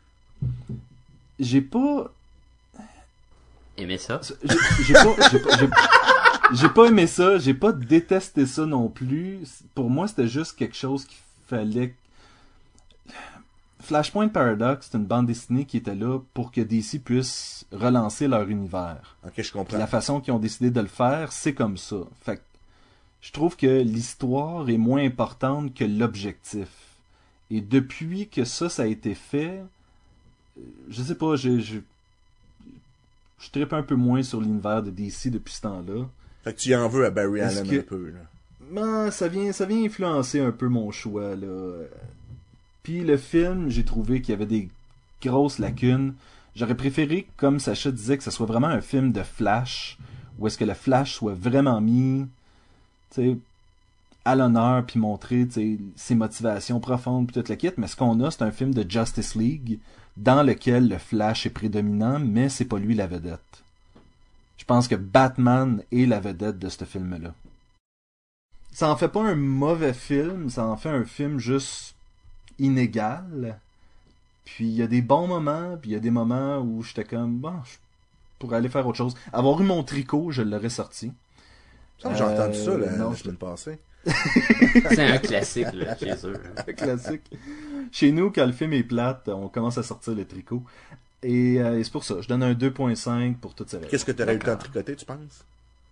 J'ai pas Aimez ça? j'ai j'ai pas j'ai pas, j'ai- j'ai pas aimé ça, j'ai pas détesté ça non plus. Pour moi, c'était juste quelque chose qu'il fallait. Flashpoint Paradox, c'est une bande dessinée qui était là pour que D C puisse relancer leur univers. Ok, je Puis comprends. la façon qu'ils ont décidé de le faire, c'est comme ça. Fait que je trouve que l'histoire est moins importante que l'objectif. Et depuis que ça, ça a été fait, euh, je sais pas, j'ai, j'ai- je trippe un peu moins sur l'univers de D C depuis ce temps-là. Fait que tu y en veux à Barry Est-ce Allen que- un peu, là. Ben, ça vient, ça vient influencer un peu mon choix, là. Puis le film, j'ai trouvé qu'il y avait des grosses lacunes. J'aurais préféré, comme Sacha disait, que ce soit vraiment un film de Flash, où est-ce que le Flash soit vraiment mis, tu sais, à l'honneur, puis montrer, tu sais, ses motivations profondes, puis toute la kit. Mais ce qu'on a, c'est un film de Justice League, dans lequel le Flash est prédominant, mais c'est pas lui la vedette. Je pense que Batman est la vedette de ce film-là. Ça en fait pas un mauvais film, ça en fait un film juste inégal. Puis il y a des bons moments, puis il y a des moments où j'étais comme, bon, je pourrais aller faire autre chose. Avoir eu mon tricot, je l'aurais sorti. Ça, j'ai entendu ça, là, Euh, non, la semaine passée. C'est un classique, là, chez eux. Classique. Chez nous, quand le film est plate, on commence à sortir le tricot. Et, euh, et c'est pour ça, je donne un deux virgule cinq pour toutes ces raisons. Qu'est-ce que t'aurais eu le temps de tricoter, tu penses?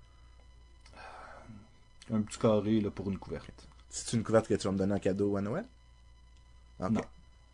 Un petit carré là, pour une couverte. C'est une couverte que tu vas me donner en cadeau à Noël? Ok. Non.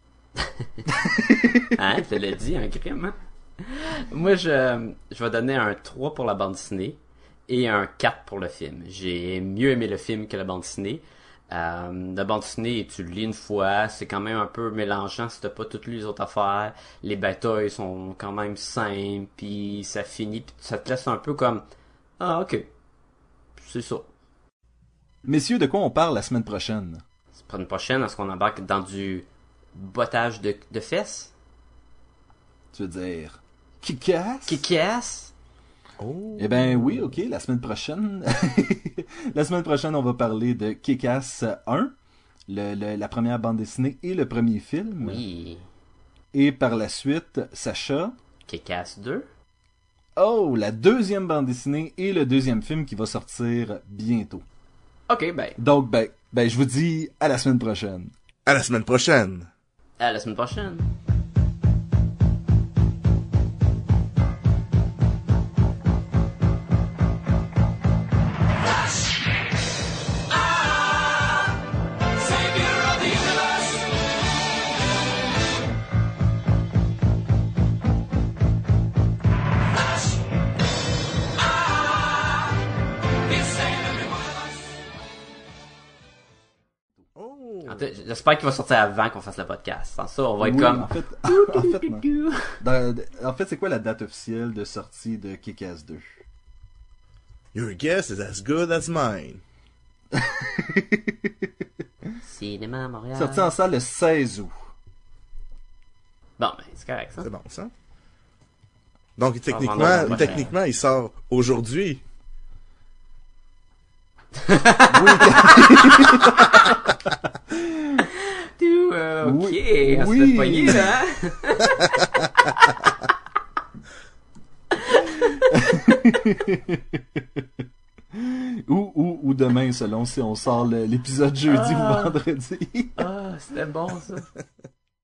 Hein, tu l'as dit, un crime, hein? Moi, je, je vais donner un trois pour la bande dessinée et un quatre pour le film. J'ai mieux aimé le film que la bande dessinée. Euh, la bande dessinée, tu le lis une fois, c'est quand même un peu mélangeant si t'as pas toutes les autres affaires. Les batailles sont quand même simples, puis ça finit, puis ça te laisse un peu comme ah ok, c'est ça. Messieurs, de quoi on parle la semaine prochaine? C'est pour une prochaine, est-ce qu'on embarque dans du bottage de, de fesses? Tu veux dire Kick-Ass? Kick-Ass? Oh. Eh ben oui, ok, la semaine prochaine. La semaine prochaine, on va parler de Kick-Ass un, le, le- la première bande dessinée et le premier film. Oui. Et par la suite, Sacha. Kick-Ass deux? Oh, la deuxième bande dessinée et le deuxième film qui va sortir bientôt. Ok, ben, Donc, ben, ben je vous dis à la semaine prochaine. À la semaine prochaine. à la semaine prochaine. Oh. En fait, J'espère qu'il va sortir avant qu'on fasse le podcast. Sans ça, on va être Oui, comme... en fait, en fait, non. Dans- en fait, c'est quoi la date officielle de sortie de Kick-Ass deux? Your guess is as good as mine. Cinéma Montréal. Sorti en salle le seize août. Bon, ben, c'est correct, ça. C'est bon, ça. Donc, vendre techniquement, la prochaine. techniquement, il sort aujourd'hui. Tout, euh, ok, Oui. on se Oui. fait pogner, là. Ou, ou, ou demain, selon si on sort le- l'épisode jeudi Ah. ou vendredi. Ah, c'était bon, ça.